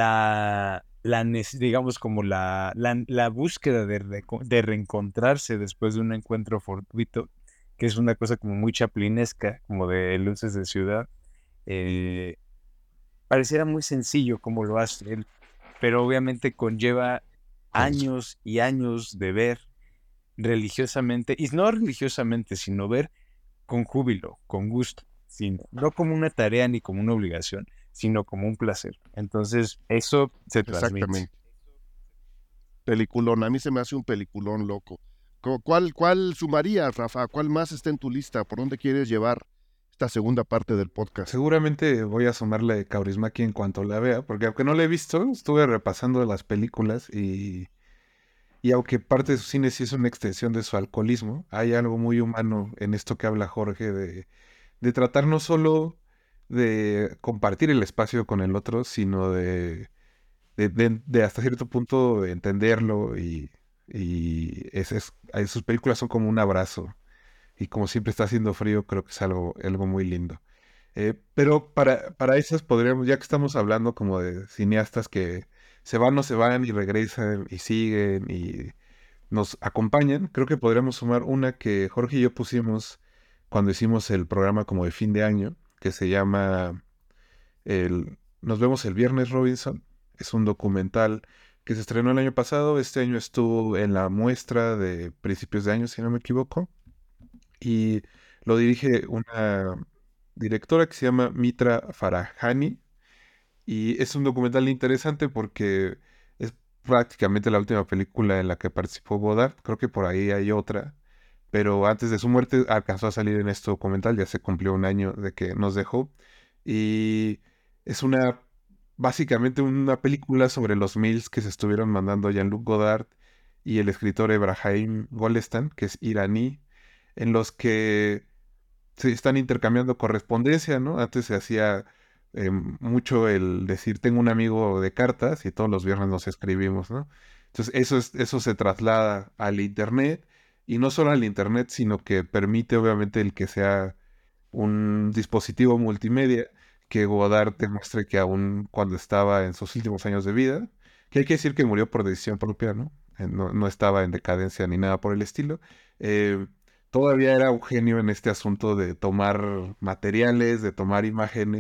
digamos como la búsqueda de reencontrarse después de un encuentro fortuito, que es una cosa como muy chaplinesca, como de Luces de Ciudad. eh, Pareciera muy sencillo como lo hace él, pero obviamente conlleva años y años de ver religiosamente, y no religiosamente, sino ver con júbilo, con gusto, no como una tarea ni como una obligación, sino como un placer. Entonces, eso se transmite. exactamente. Peliculón, a mí se me hace un peliculón loco. ¿Cuál sumarías, Rafa? ¿Cuál más está en tu lista? ¿Por dónde quieres llevar esta segunda parte del podcast? Seguramente voy a sumarle Kaurismäki en cuanto la vea, porque aunque no la he visto, estuve repasando las películas y aunque parte de su cine sí es una extensión de su alcoholismo, hay algo muy humano en esto que habla Jorge de tratar no solo de compartir el espacio con el otro, sino de hasta cierto punto entenderlo y sus películas son como un abrazo y como siempre está haciendo frío, creo que es algo muy lindo. Pero para esas podríamos, ya que estamos hablando como de cineastas que se van o se van y regresan y siguen y nos acompañan, creo que podríamos sumar una que Jorge y yo pusimos cuando hicimos el programa como de fin de año, que se llama Nos vemos el viernes, Robinson. Es un documental que se estrenó el año pasado. Este año estuvo en la muestra de principios de año, si no me equivoco. Y lo dirige una directora que se llama Mitra Farahani. Y es un documental interesante porque es prácticamente la última película en la que participó Godard. Creo que por ahí hay otra. Pero antes de su muerte alcanzó a salir en este documental. Ya se cumplió un año de que nos dejó. Y es básicamente una película sobre los mails que se estuvieron mandando Jean-Luc Godard y el escritor Ebrahim Golestan, que es iraní, en los que se están intercambiando correspondencia, ¿no? Antes se hacía mucho el decir, tengo un amigo de cartas y todos los viernes nos escribimos, ¿no? Entonces eso se traslada al Internet y no solo al Internet, sino que permite obviamente el que sea un dispositivo multimedia que Godard demuestre que aún cuando estaba en sus últimos años de vida, que hay que decir que murió por decisión propia, ¿no? No estaba en decadencia ni nada por el estilo. eh, Todavía era un genio en este asunto de tomar materiales, de tomar imágenes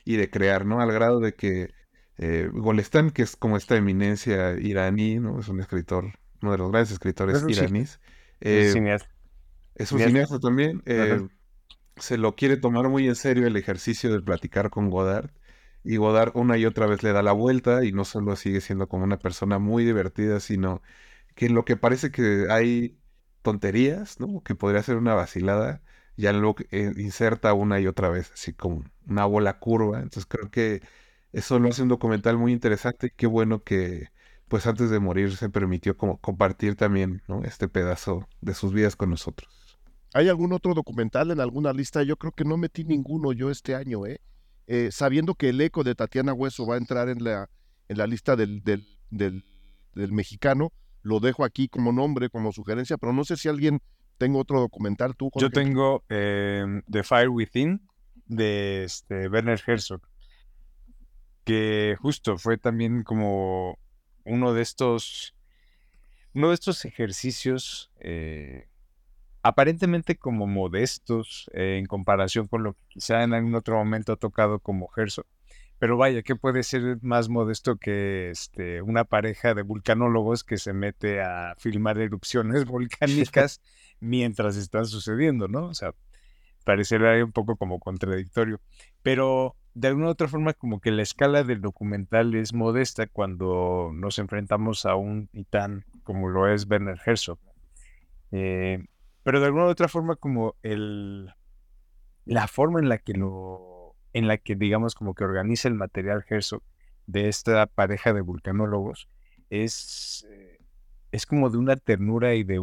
y de crear, ¿no? Al grado de que Golestán, que es como esta eminencia iraní, ¿no? Es un escritor, uno de los grandes escritores Eso sí, iraníes. es eh, cineasta. es un Cineasta. cineasta también. Ajá. Se lo quiere tomar muy en serio el ejercicio de platicar con Godard. Y Godard una y otra vez le da la vuelta y no solo sigue siendo como una persona muy divertida, sino que en lo que parece que hay tonterías, ¿no? Que podría ser una vacilada, ya lo inserta una y otra vez, así como una bola curva. Entonces creo que eso lo hace un documental muy interesante. Qué bueno que, pues antes de morir, se permitió como compartir también, ¿no? Este pedazo de sus vidas con nosotros. ¿Hay algún otro documental en alguna lista? Yo creo que no metí ninguno yo este año, ¿eh? Sabiendo que El Eco de Tatiana Hueso va a entrar en la lista del mexicano, lo dejo aquí como nombre, como sugerencia, pero no sé si alguien tenga otro documental, tú, Yo Jorge. tengo The Fire Within de Werner Herzog, que justo fue también como uno de estos, uno de estos ejercicios aparentemente como modestos en comparación con lo que quizá en algún otro momento ha tocado como Herzog. Pero vaya, ¿qué puede ser más modesto que una pareja de vulcanólogos que se mete a filmar erupciones volcánicas mientras están sucediendo, ¿no? O sea, parecería un poco como contradictorio. Pero de alguna otra forma como que la escala del documental es modesta cuando nos enfrentamos a un titán como lo es Werner Herzog. Eh, pero de alguna otra forma como la forma en la que digamos como que organiza el material Herzog de esta pareja de vulcanólogos es, eh, es como de una ternura y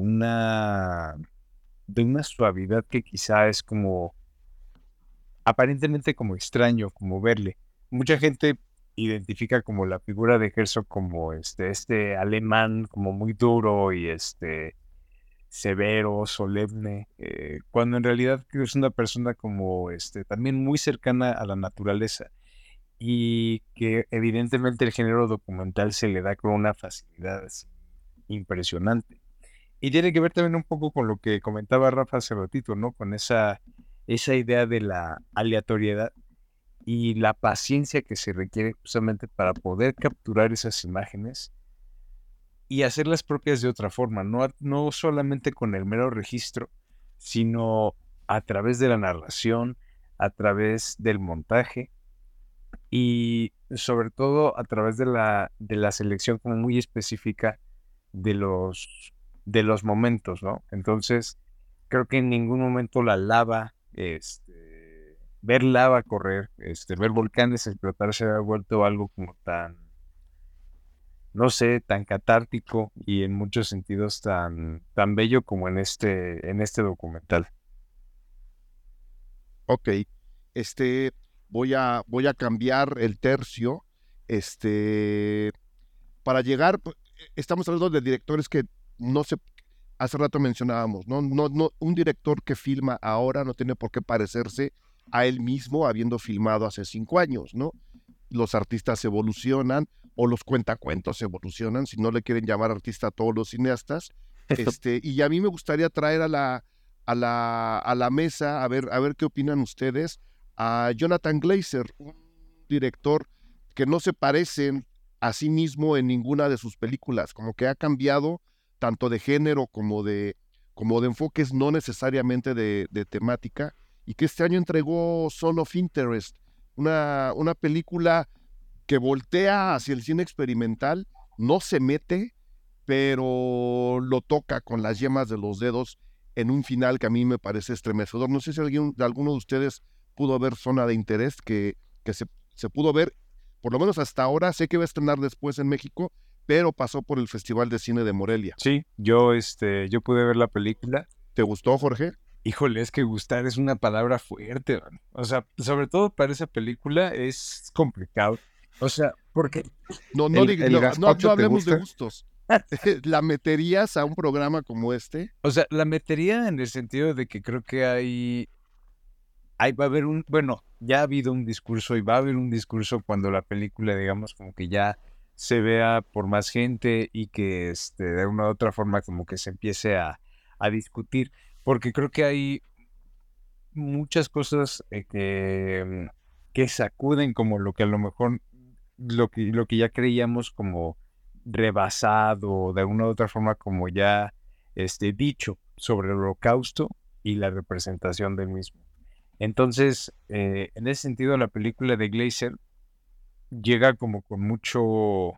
de una suavidad que quizá es como aparentemente como extraño, como verle. Mucha gente identifica como la figura de Herzog como este alemán como muy duro y severo, solemne, cuando en realidad es una persona como también muy cercana a la naturaleza y que evidentemente el género documental se le da con una facilidad así impresionante. Y tiene que ver también un poco con lo que comentaba Rafa hace ratito, ¿no? Con esa idea de la aleatoriedad y la paciencia que se requiere justamente para poder capturar esas imágenes y hacerlas propias de otra forma, no solamente con el mero registro, sino a través de la narración, a través del montaje y sobre todo a través de la selección como muy específica de de los momentos, ¿no? Entonces, creo que en ningún momento la lava, ver lava correr, ver volcanes explotar se ha vuelto algo como tan, no sé, tan catártico y en muchos sentidos tan bello como en este documental. Ok, este, voy a cambiar el tercio, este, para llegar, estamos hablando de directores que no se, hace rato mencionábamos, no, un director que filma ahora no tiene por qué parecerse a él mismo habiendo filmado hace 5 años, ¿no? Los artistas evolucionan o los cuentacuentos evolucionan, si no le quieren llamar artista a todos los cineastas, y a mí me gustaría traer a la mesa, a ver qué opinan ustedes, a Jonathan Glazer, un director que no se parece a sí mismo en ninguna de sus películas, como que ha cambiado tanto de género como de enfoques, no necesariamente de temática, y que este año entregó Zone of Interest, una película que voltea hacia el cine experimental, no se mete, pero lo toca con las yemas de los dedos en un final que a mí me parece estremecedor. No sé si alguno de ustedes pudo ver Zona de Interés, que se pudo ver, por lo menos hasta ahora, sé que va a estrenar después en México, pero pasó por el Festival de Cine de Morelia. Sí, yo pude ver la película. ¿Te gustó, Jorge? Híjole, es que gustar es una palabra fuerte, man. O sea, sobre todo para esa película es complicado. O sea, porque ¿El No gazpacho te hablemos de gusta? gustos. ¿La meterías a un programa como este? o sea, la metería en el sentido de que creo que ahí va a haber bueno, ya ha habido un discurso y va a haber un discurso cuando la película, digamos, como que ya se vea por más gente y que de una u otra forma como que se empiece a discutir, porque creo que hay muchas cosas que sacuden como lo que a lo mejor, lo que ya creíamos como rebasado, de alguna u otra forma como ya dicho sobre el holocausto y la representación del mismo. Entonces, en ese sentido, la película de Glazer llega como con mucho...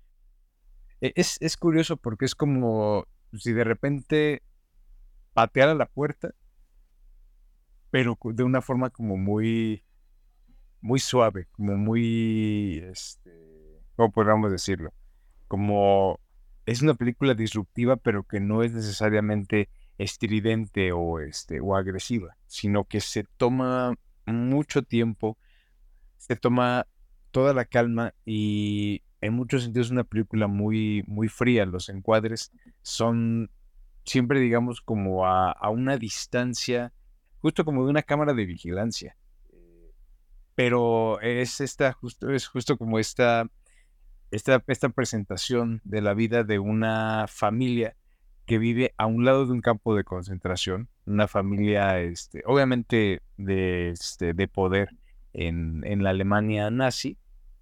Es curioso porque es como si de repente pateara la puerta, pero de una forma como muy, muy suave, como muy, ¿cómo podríamos decirlo? Como es una película disruptiva, pero que no es necesariamente estridente o agresiva, sino que se toma mucho tiempo, se toma toda la calma y en muchos sentidos es una película muy, muy fría. Los encuadres son siempre, digamos, como a una distancia, justo como de una cámara de vigilancia. Pero es justo como esta presentación de la vida de una familia que vive a un lado de un campo de concentración, una familia, obviamente, de poder en la Alemania nazi.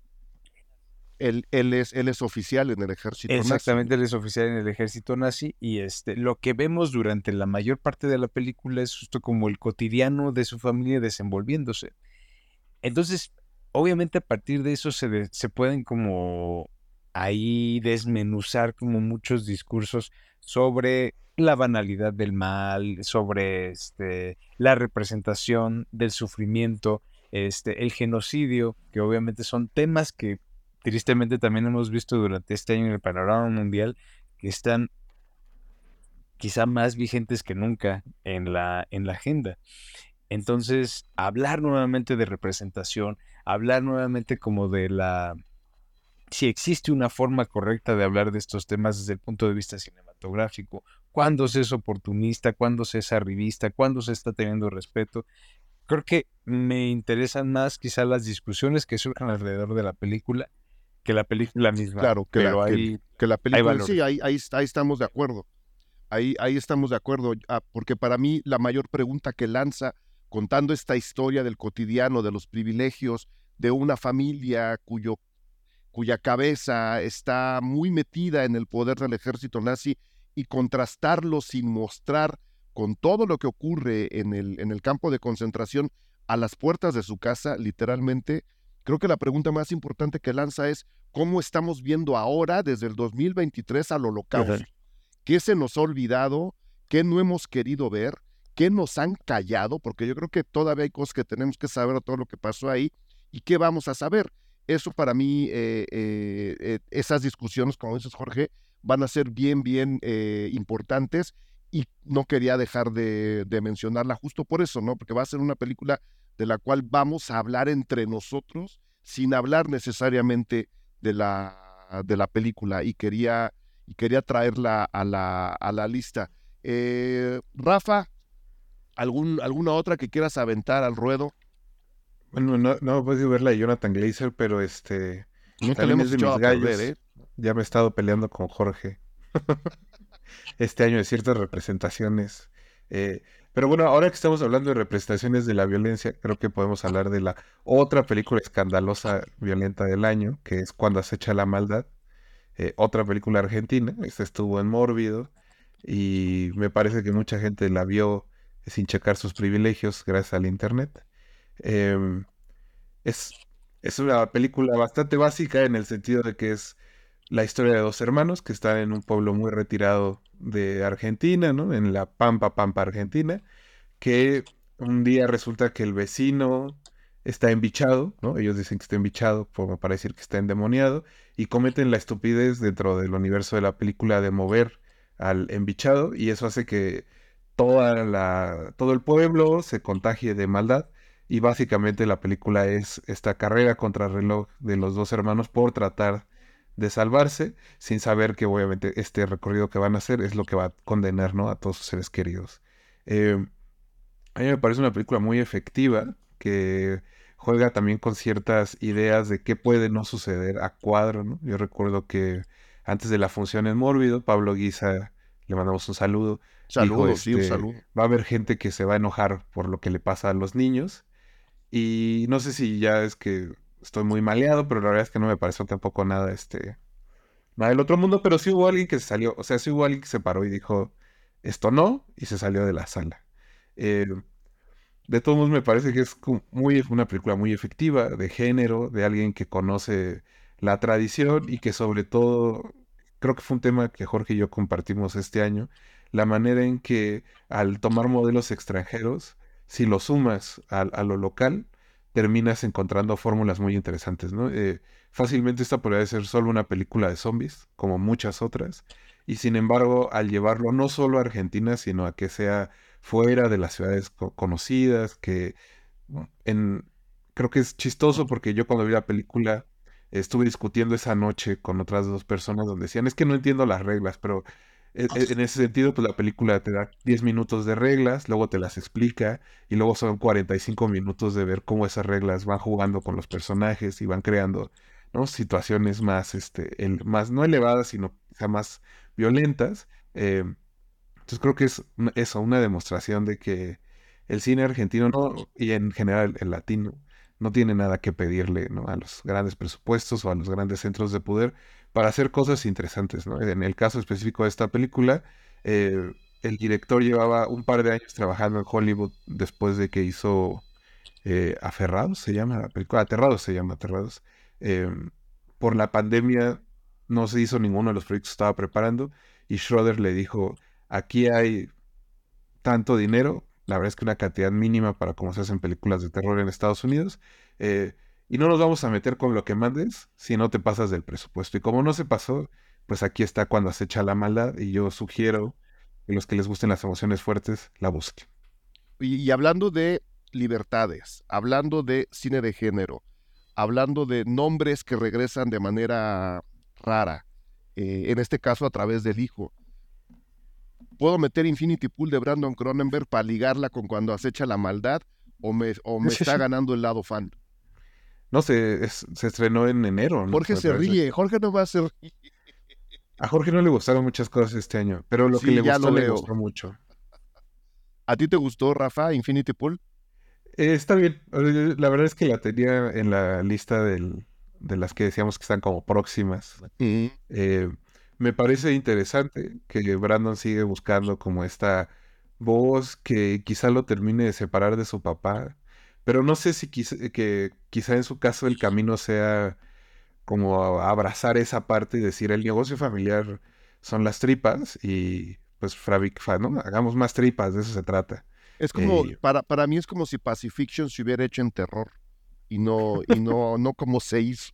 Él es oficial en el ejército nazi. Exactamente, él es oficial en el ejército nazi y lo que vemos durante la mayor parte de la película es justo como el cotidiano de su familia desenvolviéndose. Entonces, obviamente a partir de eso se pueden como ahí desmenuzar como muchos discursos sobre la banalidad del mal, sobre la representación del sufrimiento, el genocidio, que obviamente son temas que tristemente también hemos visto durante este año en el panorama mundial, que están quizá más vigentes que nunca en la agenda. Entonces, hablar nuevamente de representación, hablar nuevamente como de si existe una forma correcta de hablar de estos temas desde el punto de vista cinematográfico, cuándo se es oportunista, cuándo se es arribista, cuándo se está teniendo respeto. Creo que me interesan más quizá las discusiones que surjan alrededor de la película que la película misma, Claro, pero que la hay película, sí, valores. ahí estamos de acuerdo. Ahí estamos de acuerdo, porque para mí la mayor pregunta que lanza contando esta historia del cotidiano, de los privilegios de una familia cuya cabeza está muy metida en el poder del ejército nazi y contrastarlo sin mostrar con todo lo que ocurre en el campo de concentración a las puertas de su casa, literalmente, creo que la pregunta más importante que lanza es ¿cómo estamos viendo ahora, desde el 2023, al holocausto? ¿Qué se nos ha olvidado? ¿Qué no hemos querido ver? ¿Qué nos han callado? Porque yo creo que todavía hay cosas que tenemos que saber de todo lo que pasó ahí. ¿Y qué vamos a saber? Eso para mí, esas discusiones, como dices Jorge, van a ser bien, bien importantes y no quería dejar de mencionarla justo por eso, ¿no? Porque va a ser una película de la cual vamos a hablar entre nosotros sin hablar necesariamente de la película y quería traerla a la lista. Rafa, ¿alguna otra que quieras aventar al ruedo? Bueno, no he podido ver la de Jonathan Glazer, pero No te la también es hemos de mis echado a perder, gallos. ¿eh? Ya me he estado peleando con Jorge este año de ciertas representaciones. Eh, pero bueno, ahora que estamos hablando de representaciones de la violencia, creo que podemos hablar de la otra película escandalosa violenta del año, que es Cuando acecha la maldad. Otra película argentina. Esta estuvo en Mórbido y me parece que mucha gente la vio sin checar sus privilegios gracias al internet. Em, es, es una película bastante básica en el sentido de que es la historia de dos hermanos que están en un pueblo muy retirado de Argentina, ¿no? En la Pampa Argentina, que un día resulta que el vecino está embichado, ¿no? Ellos dicen que está embichado, como para decir que está endemoniado, y cometen la estupidez dentro del universo de la película de mover al embichado, y eso hace que todo el pueblo se contagie de maldad, y básicamente la película es esta carrera contra reloj de los dos hermanos por tratar de salvarse, sin saber que obviamente este recorrido que van a hacer es lo que va a condenar, ¿no? A todos sus seres queridos. Eh, a mí me parece una película muy efectiva que juega también con ciertas ideas de qué puede no suceder a cuadro, ¿no? Yo recuerdo que antes de la función en Mórbido, Pablo Guisa, le mandamos un saludo, dijo, Saludos, sí, un saludo. va a haber gente que se va a enojar por lo que le pasa a los niños Y no sé si ya es que estoy muy maleado, pero la verdad es que no me pareció tampoco nada, nada del otro mundo, pero sí hubo alguien que se salió, o sea, sí hubo alguien que se paró y dijo, esto no, y se salió de la sala. Eh, de todos modos, me parece que es una película muy efectiva, de género, de alguien que conoce la tradición y que sobre todo, creo que fue un tema que Jorge y yo compartimos este año, la manera en que al tomar modelos extranjeros, si lo sumas a lo local, terminas encontrando fórmulas muy interesantes, ¿no? Fácilmente esta podría ser solo una película de zombies, como muchas otras, y sin embargo, al llevarlo no solo a Argentina, sino a que sea fuera de las ciudades conocidas, que en, creo que es chistoso porque yo cuando vi la película estuve discutiendo esa noche con otras dos personas donde decían, es que no entiendo las reglas, pero en ese sentido, pues la película te da 10 minutos de reglas, luego te las explica y luego son 45 minutos de ver cómo esas reglas van jugando con los personajes y van creando, ¿no? Situaciones más, más no elevadas, sino quizá más violentas. Entonces creo que es eso, una demostración de que el cine argentino no, y en general el latino no tiene nada que pedirle, ¿no? A los grandes presupuestos o a los grandes centros de poder para hacer cosas interesantes, ¿no? En el caso específico de esta película, el director llevaba un par de años trabajando en Hollywood después de que hizo Aferrados, se llama la película, Aterrados se llama, Aterrados. Por la pandemia no se hizo ninguno de los proyectos que estaba preparando y Schroeder le dijo, aquí hay tanto dinero, la verdad es que una cantidad mínima para cómo se hacen películas de terror en Estados Unidos, eh, y no nos vamos a meter con lo que mandes si no te pasas del presupuesto. Y como no se pasó, pues aquí está Cuando acecha la maldad, y yo sugiero que los que les gusten las emociones fuertes la busquen. Y hablando de libertades, hablando de cine de género, hablando de nombres que regresan de manera rara, en este caso a través del hijo. ¿Puedo meter Infinity Pool de Brandon Cronenberg para ligarla con Cuando acecha la maldad o me está ganando el lado fan? No sé, se estrenó en enero, ¿no? Jorge Me se parece. ríe, Jorge no va a ser... A Jorge no le gustaron muchas cosas este año, pero lo que Sí, ya lo le veo. gustó mucho. ¿A ti te gustó, Rafa, Infinity Pool? Está bien. La verdad es que la tenía en la lista de las que decíamos que están como próximas. Mm. Eh, Me parece interesante que Brandon sigue buscando como esta voz que quizá lo termine de separar de su papá, pero no sé si que quizá en su caso el camino sea como abrazar esa parte y decir el negocio familiar son las tripas y pues ¿no? Hagamos más tripas, de eso se trata. Es como, Eh, para mí es como si Pacifiction se hubiera hecho en terror no como se hizo.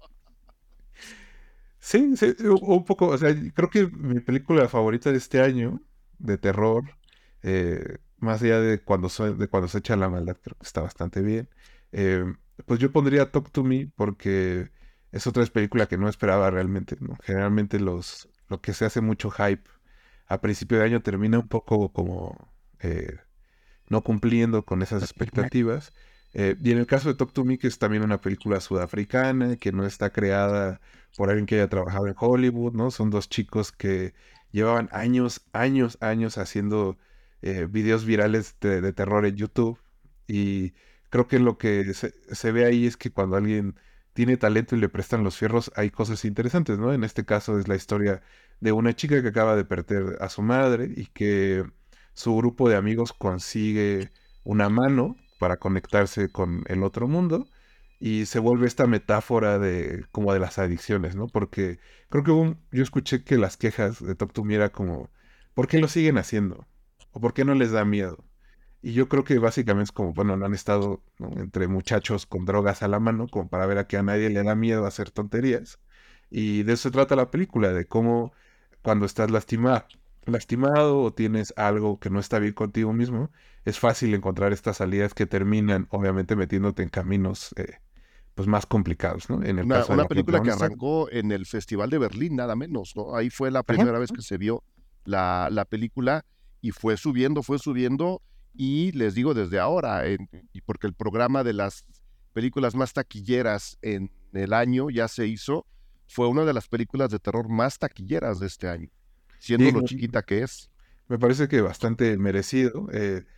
Sí, sí, un poco, o sea, creo que mi película favorita de este año, de terror, más allá de de cuando se echa la maldad, creo que está bastante bien. eh, pues yo pondría Talk to Me porque es otra película que no esperaba realmente, ¿no? Generalmente lo que se hace mucho hype a principio de año termina un poco como no cumpliendo con esas expectativas. Y en el caso de Talk to Me, que es también una película sudafricana, que no está creada por alguien que haya trabajado en Hollywood, ¿no? Son dos chicos que llevaban años haciendo videos virales de terror en YouTube. Y creo que lo que se ve ahí es que cuando alguien tiene talento y le prestan los fierros, hay cosas interesantes, ¿no? En este caso es la historia de una chica que acaba de perder a su madre y que su grupo de amigos consigue una mano para conectarse con el otro mundo y se vuelve esta metáfora de como de las adicciones, ¿no? Porque creo que yo escuché que las quejas de Talk to Me era como, ¿por qué lo siguen haciendo? ¿O por qué no les da miedo? Y yo creo que básicamente es como, bueno, no han estado, ¿no? Entre muchachos con drogas a la mano, como para ver a que a nadie le da miedo hacer tonterías. Y de eso se trata la película, de cómo cuando estás lastimado o tienes algo que no está bien contigo mismo, es fácil encontrar estas salidas que terminan, obviamente, metiéndote en caminos pues más complicados, ¿no? En el caso de Una la película que protagonista. arrancó en el Festival de Berlín, nada menos, ¿no? Ahí fue la Ajá. primera vez que se vio la película y fue subiendo, y les digo desde ahora, y porque el programa de las películas más taquilleras en el año ya se hizo, fue una de las películas de terror más taquilleras de este año, siendo Sí, lo chiquita que es. me parece que bastante merecido.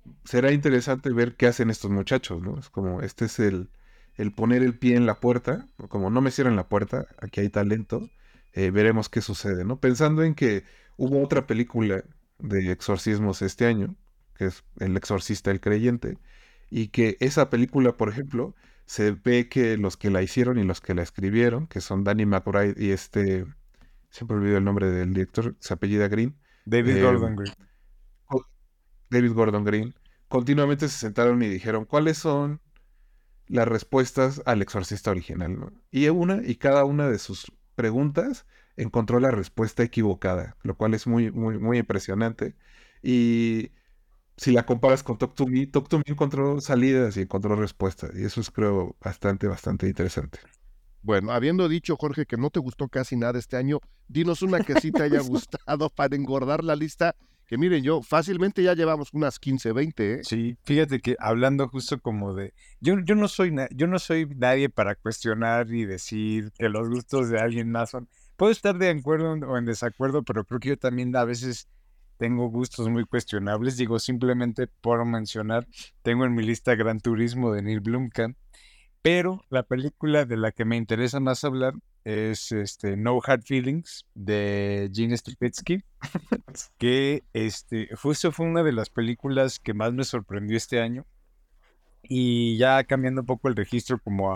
será interesante ver qué hacen estos muchachos, ¿no? Es como, este es el poner el pie en la puerta, como no me cierren la puerta, aquí hay talento, veremos qué sucede, ¿no? Pensando en que hubo otra película de exorcismos este año, que es El Exorcista el Creyente, y que esa película, por ejemplo, se ve que los que la hicieron y los que la escribieron, que son Danny McBride y siempre olvido el nombre del director, se apellida Green, David eh, Gordon Green. David Gordon Green, continuamente se sentaron y dijeron cuáles son las respuestas al exorcista original, ¿no? Y cada una de sus preguntas encontró la respuesta equivocada, lo cual es muy, muy, muy impresionante. Y si la comparas con Talk to Me encontró salidas y encontró respuestas. Y eso es, creo, bastante, bastante interesante. Bueno, habiendo dicho, Jorge, que no te gustó casi nada este año, dinos una que sí te haya gustado para engordar la lista, que miren, yo fácilmente ya llevamos unas 15, 20, ¿eh? Sí, fíjate que hablando justo como de, yo no soy nadie para cuestionar y decir que los gustos de alguien más son, puedo estar de acuerdo o en desacuerdo, pero creo que yo también a veces tengo gustos muy cuestionables. Digo, simplemente por mencionar, tengo en mi lista Gran Turismo de Neil Blomkamp, pero la película de la que me interesa más hablar es No Hard Feelings de Gene Stupetsky, que eso fue una de las películas que más me sorprendió este año. Y ya cambiando un poco el registro como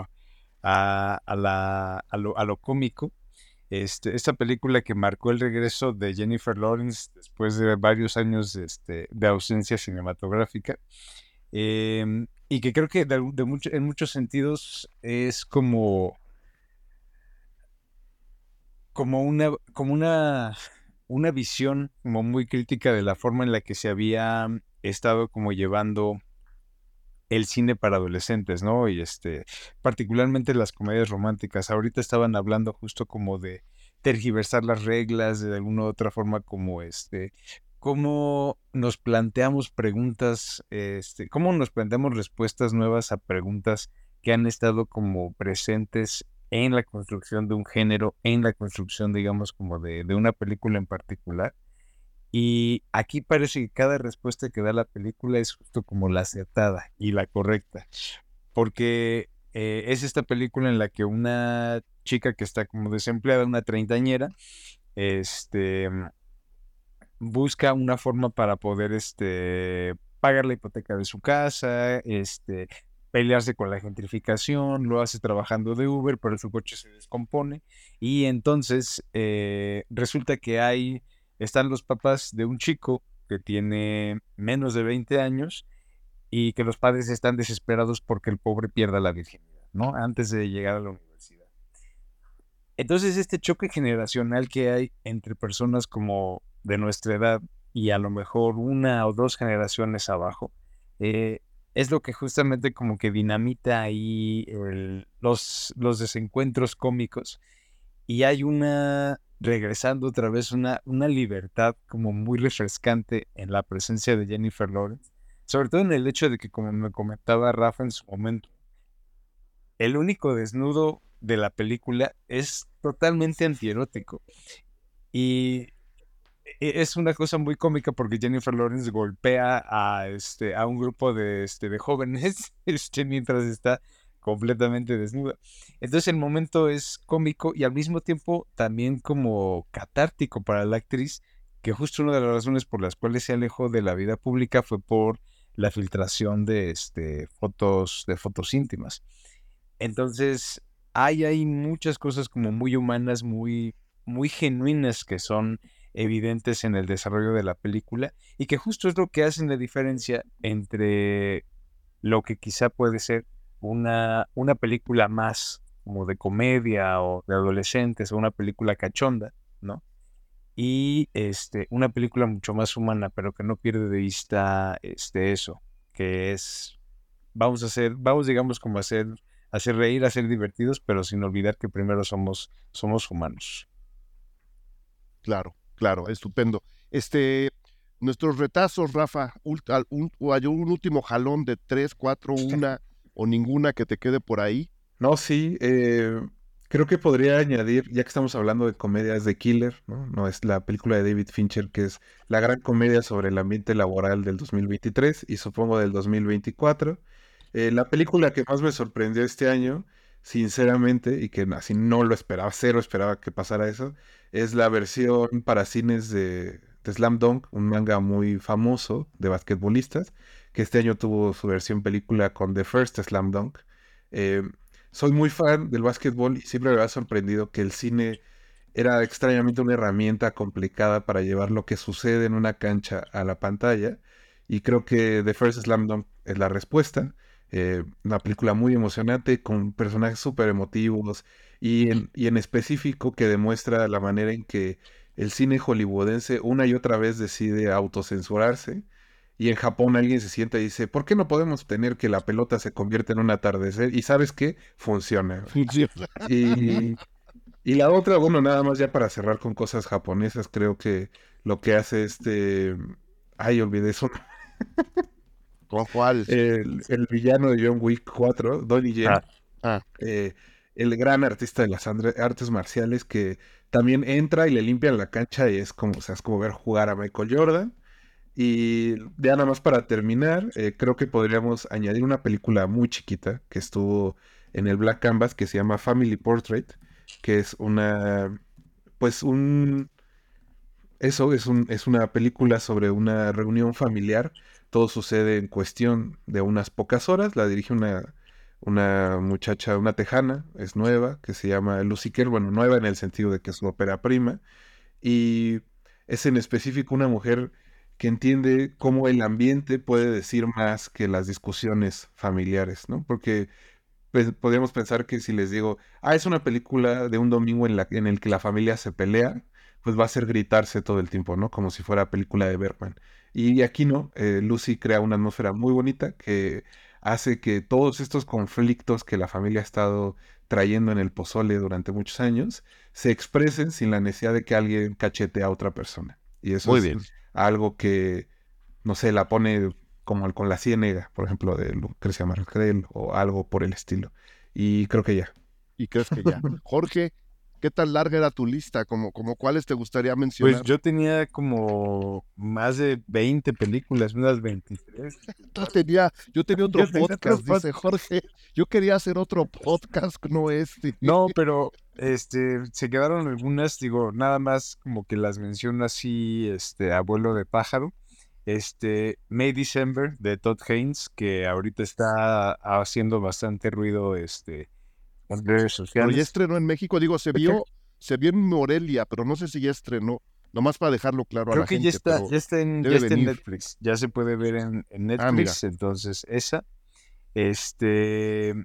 a lo cómico, esta película que marcó el regreso de Jennifer Lawrence después de varios años de ausencia cinematográfica, y que creo que en muchos sentidos es como una visión como muy crítica de la forma en la que se había estado como llevando el cine para adolescentes, ¿no? Y particularmente las comedias románticas. Ahorita estaban hablando justo como de tergiversar las reglas de alguna u otra forma, como cómo nos planteamos preguntas, cómo nos planteamos respuestas nuevas a preguntas que han estado como presentes en la construcción de un género, en la construcción, digamos, como de una película en particular. Y aquí parece que cada respuesta que da la película es justo como la acertada y la correcta, porque es esta película en la que una chica que está como desempleada, una treintañera, este, busca una forma para poder pagar la hipoteca de su casa, pelearse con la gentrificación, lo hace trabajando de Uber, pero su coche se descompone y entonces resulta que están los papás de un chico que tiene menos de 20 años y que los padres están desesperados porque el pobre pierda la virginidad, ¿no? Antes de llegar a la universidad. Entonces, este choque generacional que hay entre personas como de nuestra edad y a lo mejor una o dos generaciones abajo, eh, es lo que justamente como que dinamita ahí los desencuentros cómicos. Y hay regresando otra vez, una libertad como muy refrescante en la presencia de Jennifer Lawrence, sobre todo en el hecho de que, como me comentaba Rafa en su momento, el único desnudo de la película es totalmente antierótico. Y es una cosa muy cómica porque Jennifer Lawrence golpea a un grupo de jóvenes mientras está completamente desnuda. Entonces el momento es cómico y al mismo tiempo también como catártico para la actriz, que justo una de las razones por las cuales se alejó de la vida pública fue por la filtración de fotos íntimas. Entonces, hay muchas cosas como muy humanas, muy, muy genuinas que son evidentes en el desarrollo de la película y que justo es lo que hacen la diferencia entre lo que quizá puede ser una película más como de comedia o de adolescentes o una película cachonda, ¿no? Y una película mucho más humana, pero que no pierde de vista eso, que es vamos, digamos, como a hacer reír, a ser divertidos, pero sin olvidar que primero somos humanos. Claro, claro, estupendo. Nuestros retazos, Rafa, o hay un último jalón de 3, 4, una o ninguna que te quede por ahí. No, sí, Creo que podría añadir, ya que estamos hablando de comedias de Killer, ¿no? No es la película de David Fincher, que es la gran comedia sobre el ambiente laboral del 2023 y supongo del 2024. La película que más me sorprendió este año, sinceramente, y que así no lo esperaba, cero esperaba que pasara eso, es la versión para cines de Slam Dunk, un manga muy famoso de basquetbolistas, que este año tuvo su versión película con The First Slam Dunk. Eh, Soy muy fan del básquetbol y siempre me ha sorprendido que el cine era extrañamente una herramienta complicada para llevar lo que sucede en una cancha a la pantalla. Y creo que The First Slam Dunk es la respuesta. Una película muy emocionante con personajes súper emotivos y en específico que demuestra la manera en que el cine hollywoodense una y otra vez decide autocensurarse. Y en Japón alguien se sienta y dice, ¿por qué no podemos tener que la pelota se convierta en un atardecer? Y ¿sabes qué? Funciona. Funciona. Y, y la otra, bueno, nada más ya para cerrar con cosas japonesas, creo que lo que hace Ay, olvidé eso. ¿Con cuál? El villano de John Wick 4, Donnie Yen, Ah, Ah, eh, el gran artista de las artes marciales que también entra y le limpian la cancha y es como, o sea, es como ver jugar a Michael Jordan. Y ya nada más para terminar, creo que podríamos añadir una película muy chiquita que estuvo en el Black Canvas que se llama Family Portrait, que es pues es una película sobre una reunión familiar. Todo sucede en cuestión de unas pocas horas. La dirige una muchacha, una tejana, es nueva, que se llama Lucy Kerr. Bueno, nueva en el sentido de que es su ópera prima. Y es en específico una mujer que entiende cómo el ambiente puede decir más que las discusiones familiares, ¿no? Porque pues, podríamos pensar que si les digo, es una película de un domingo en el que la familia se pelea, pues va a ser gritarse todo el tiempo, ¿no? Como si fuera película de Bergman. Y aquí no, Lucy crea una atmósfera muy bonita que hace que todos estos conflictos que la familia ha estado trayendo en el pozole durante muchos años se expresen sin la necesidad de que alguien cachete a otra persona. Y eso muy es bien. algo que, no sé, la pone como con La Ciénega, por ejemplo, de Lucrecia Martel o algo por el estilo. Y creo que ya. ¿Y crees que ya? Jorge, ¿qué tan larga era tu lista? ¿Como cuáles te gustaría pues mencionar? yo tenía como más de 20 películas, unas 23. Yo tenía otro Yo tenía podcast, otro dice Jorge. Yo quería hacer otro podcast, no este. No, pero se quedaron algunas, digo, nada más como que las menciono así, abuelo de pájaro. May December de Todd Haynes, que ahorita está haciendo bastante ruido, en redes Pero ya sociales. estrenó en México, digo, se vio en Morelia, pero no sé si ya estrenó. Nomás para dejarlo claro a Creo la que gente, pero ya está en debe venir. Netflix, ya se puede ver en Mira, Netflix, entonces esa. Este,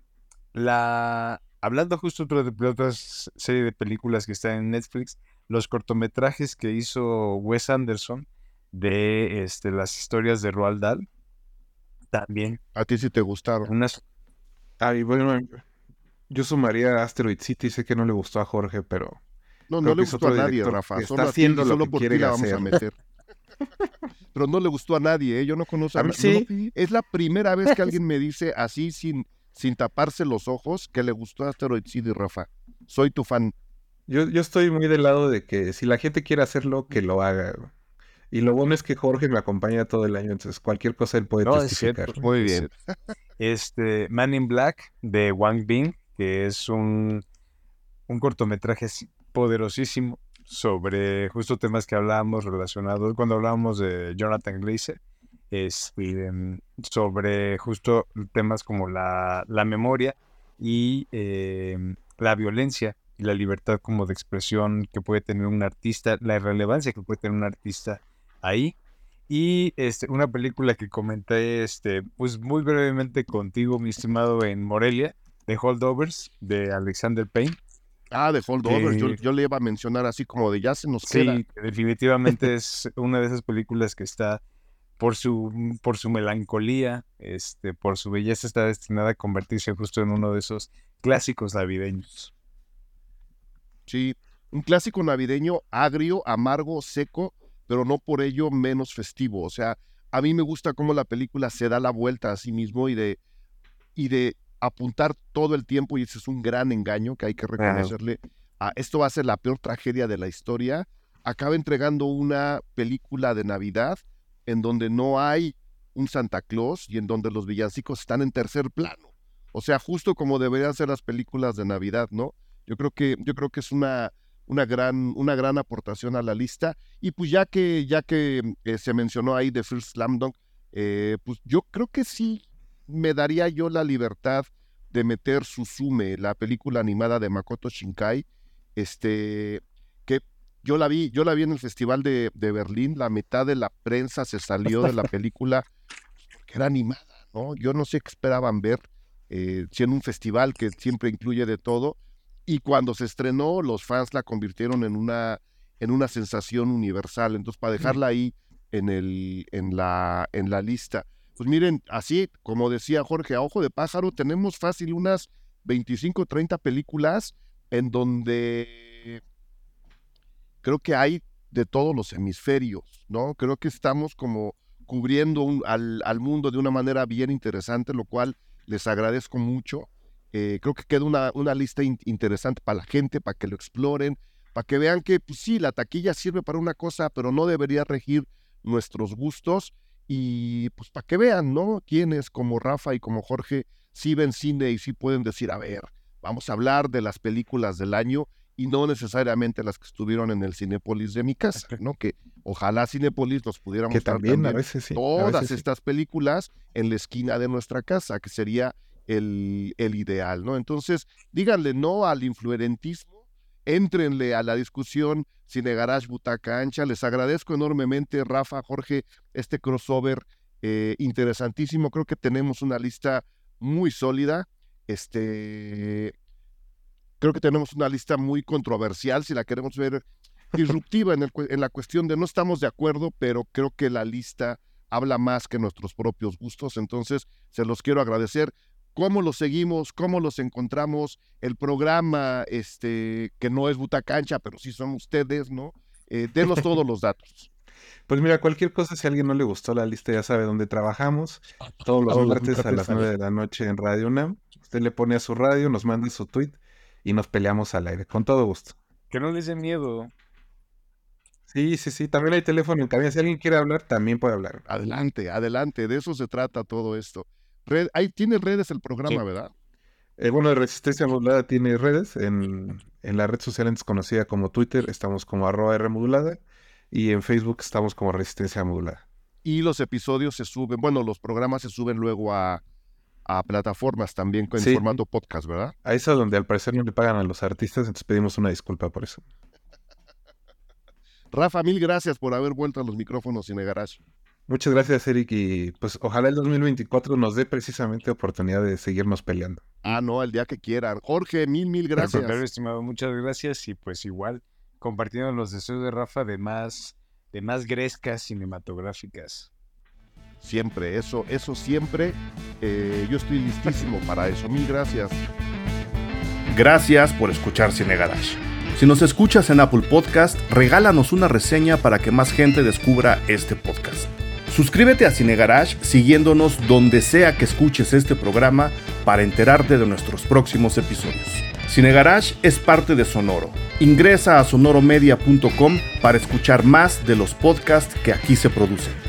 hablando justo de otra serie de películas que están en Netflix, los cortometrajes que hizo Wes Anderson de las historias de Roald Dahl, también a ti sí te gustaron. unas. Y bueno, yo sumaría Asteroid City, sé que no le gustó a Jorge, pero No, no creo le que es gustó a otro nadie, director Rafa, que está solo a ti y haciendo lo solo que por ti quiere la vamos a hacer. meter. Pero no le gustó a nadie, ¿eh? Yo no conozco A mí yo no- sí. es la primera vez que alguien me dice así sin taparse los ojos que le gustó Asteroid City, Rafa. Soy tu fan. Yo estoy muy del lado de que si la gente quiere hacerlo, que lo haga. Y lo bueno es que Jorge me acompaña todo el año, entonces cualquier cosa él puede No, es testificar. cierto. Muy es bien. cierto. Man in Black de Wang Bin, que es un cortometraje poderosísimo sobre justo temas que hablábamos relacionados cuando hablábamos de Jonathan Glazer, sobre justo temas como la memoria y la violencia y la libertad como de expresión que puede tener un artista, la irrelevancia que puede tener un artista ahí. Y una película que comenté pues muy brevemente contigo, mi estimado, en Morelia, de Holdovers, de Alexander Payne. De Holdovers, Que yo le iba a mencionar así como de ya se nos queda. sí, definitivamente es una de esas películas que está por su melancolía, por su belleza, está destinada a convertirse justo en uno de esos clásicos navideños. Sí, un clásico navideño agrio, amargo, seco, pero no por ello menos festivo. O sea, a mí me gusta cómo la película se da la vuelta a sí mismo y de apuntar todo el tiempo, y ese es un gran engaño que hay que reconocerle. Esto va a ser la peor tragedia de la historia. Acaba entregando una película de Navidad en donde no hay un Santa Claus y en donde los villancicos están en tercer plano. O sea, justo como deberían ser las películas de Navidad, ¿no? Yo creo que es una gran aportación a la lista. Y pues ya que se mencionó ahí The First Slam Dunk, pues yo creo que sí me daría yo la libertad de meter Suzume, la película animada de Makoto Shinkai, que yo la vi en el Festival de Berlín. La mitad de la prensa se salió de la película porque era animada, ¿no? Yo no sé qué esperaban ver, si en un festival que siempre incluye de todo. Y cuando se estrenó, los fans la convirtieron en una sensación universal. Entonces, para dejarla ahí en la lista, pues miren, así como decía Jorge, a ojo de pájaro, tenemos fácil unas 25, 30 películas en donde creo que hay de todos los hemisferios, ¿no? Creo que estamos como cubriendo al mundo de una manera bien interesante, lo cual les agradezco mucho. Creo que queda una lista interesante para la gente, para que lo exploren, para que vean que, pues sí, la taquilla sirve para una cosa, pero no debería regir nuestros gustos. Y pues para que vean, ¿no? Quienes como Rafa y como Jorge sí ven cine y sí pueden decir, a ver, vamos a hablar de las películas del año y no necesariamente las que estuvieron en el Cinépolis de mi casa, ¿no? Que ojalá Cinépolis nos pudiera mostrar también a veces sí, todas estas películas en la esquina de nuestra casa, que sería el ideal, ¿no? Entonces, díganle no al influentismo, éntrenle a la discusión Cine Garage Butaca Ancha. Les agradezco enormemente, Rafa, Jorge, este crossover interesantísimo. Creo que tenemos una lista muy sólida. Creo que tenemos una lista muy controversial, si la queremos ver disruptiva en la cuestión de no estamos de acuerdo, pero creo que la lista habla más que nuestros propios gustos. Entonces, se los quiero agradecer. ¿Cómo los seguimos? ¿Cómo los encontramos? El programa, que no es Butaca Ancha, pero sí son ustedes, ¿no? Denos todos los datos. Pues mira, cualquier cosa, si a alguien no le gustó la lista, ya sabe dónde trabajamos. Todos los martes a las 9 de la noche en Radio UNAM. Usted le pone a su radio, nos manda su tweet y nos peleamos al aire, con todo gusto. Que no les dé miedo. Sí. También hay teléfono en cabina. Si alguien quiere hablar, también puede hablar. Adelante. De eso se trata todo esto. Ahí tiene redes el programa, sí, ¿verdad? Bueno, Resistencia Modulada tiene redes. En la red social antes conocida como Twitter, estamos como @Rmodulada. Y en Facebook estamos como Resistencia Modulada. Y los episodios se suben, los programas se suben luego a plataformas también en formato podcast, ¿verdad? Ahí es donde al parecer no le pagan a los artistas, entonces pedimos una disculpa por eso. Rafa, mil gracias por haber vuelto a los micrófonos Cine Garage. Muchas gracias, Eric, y pues ojalá el 2024 nos dé precisamente oportunidad de seguirnos peleando. No, el día que quieran. Jorge, mil gracias. Al contrario, estimado, muchas gracias, y pues igual compartiendo los deseos de Rafa de más grescas cinematográficas. Siempre, eso siempre. Yo estoy listísimo para eso. Mil gracias. Gracias por escuchar Cine Garage. Si nos escuchas en Apple Podcast, regálanos una reseña para que más gente descubra este podcast. Suscríbete a Cine Garage siguiéndonos donde sea que escuches este programa para enterarte de nuestros próximos episodios. Cine Garage es parte de Sonoro. Ingresa a sonoromedia.com para escuchar más de los podcasts que aquí se producen.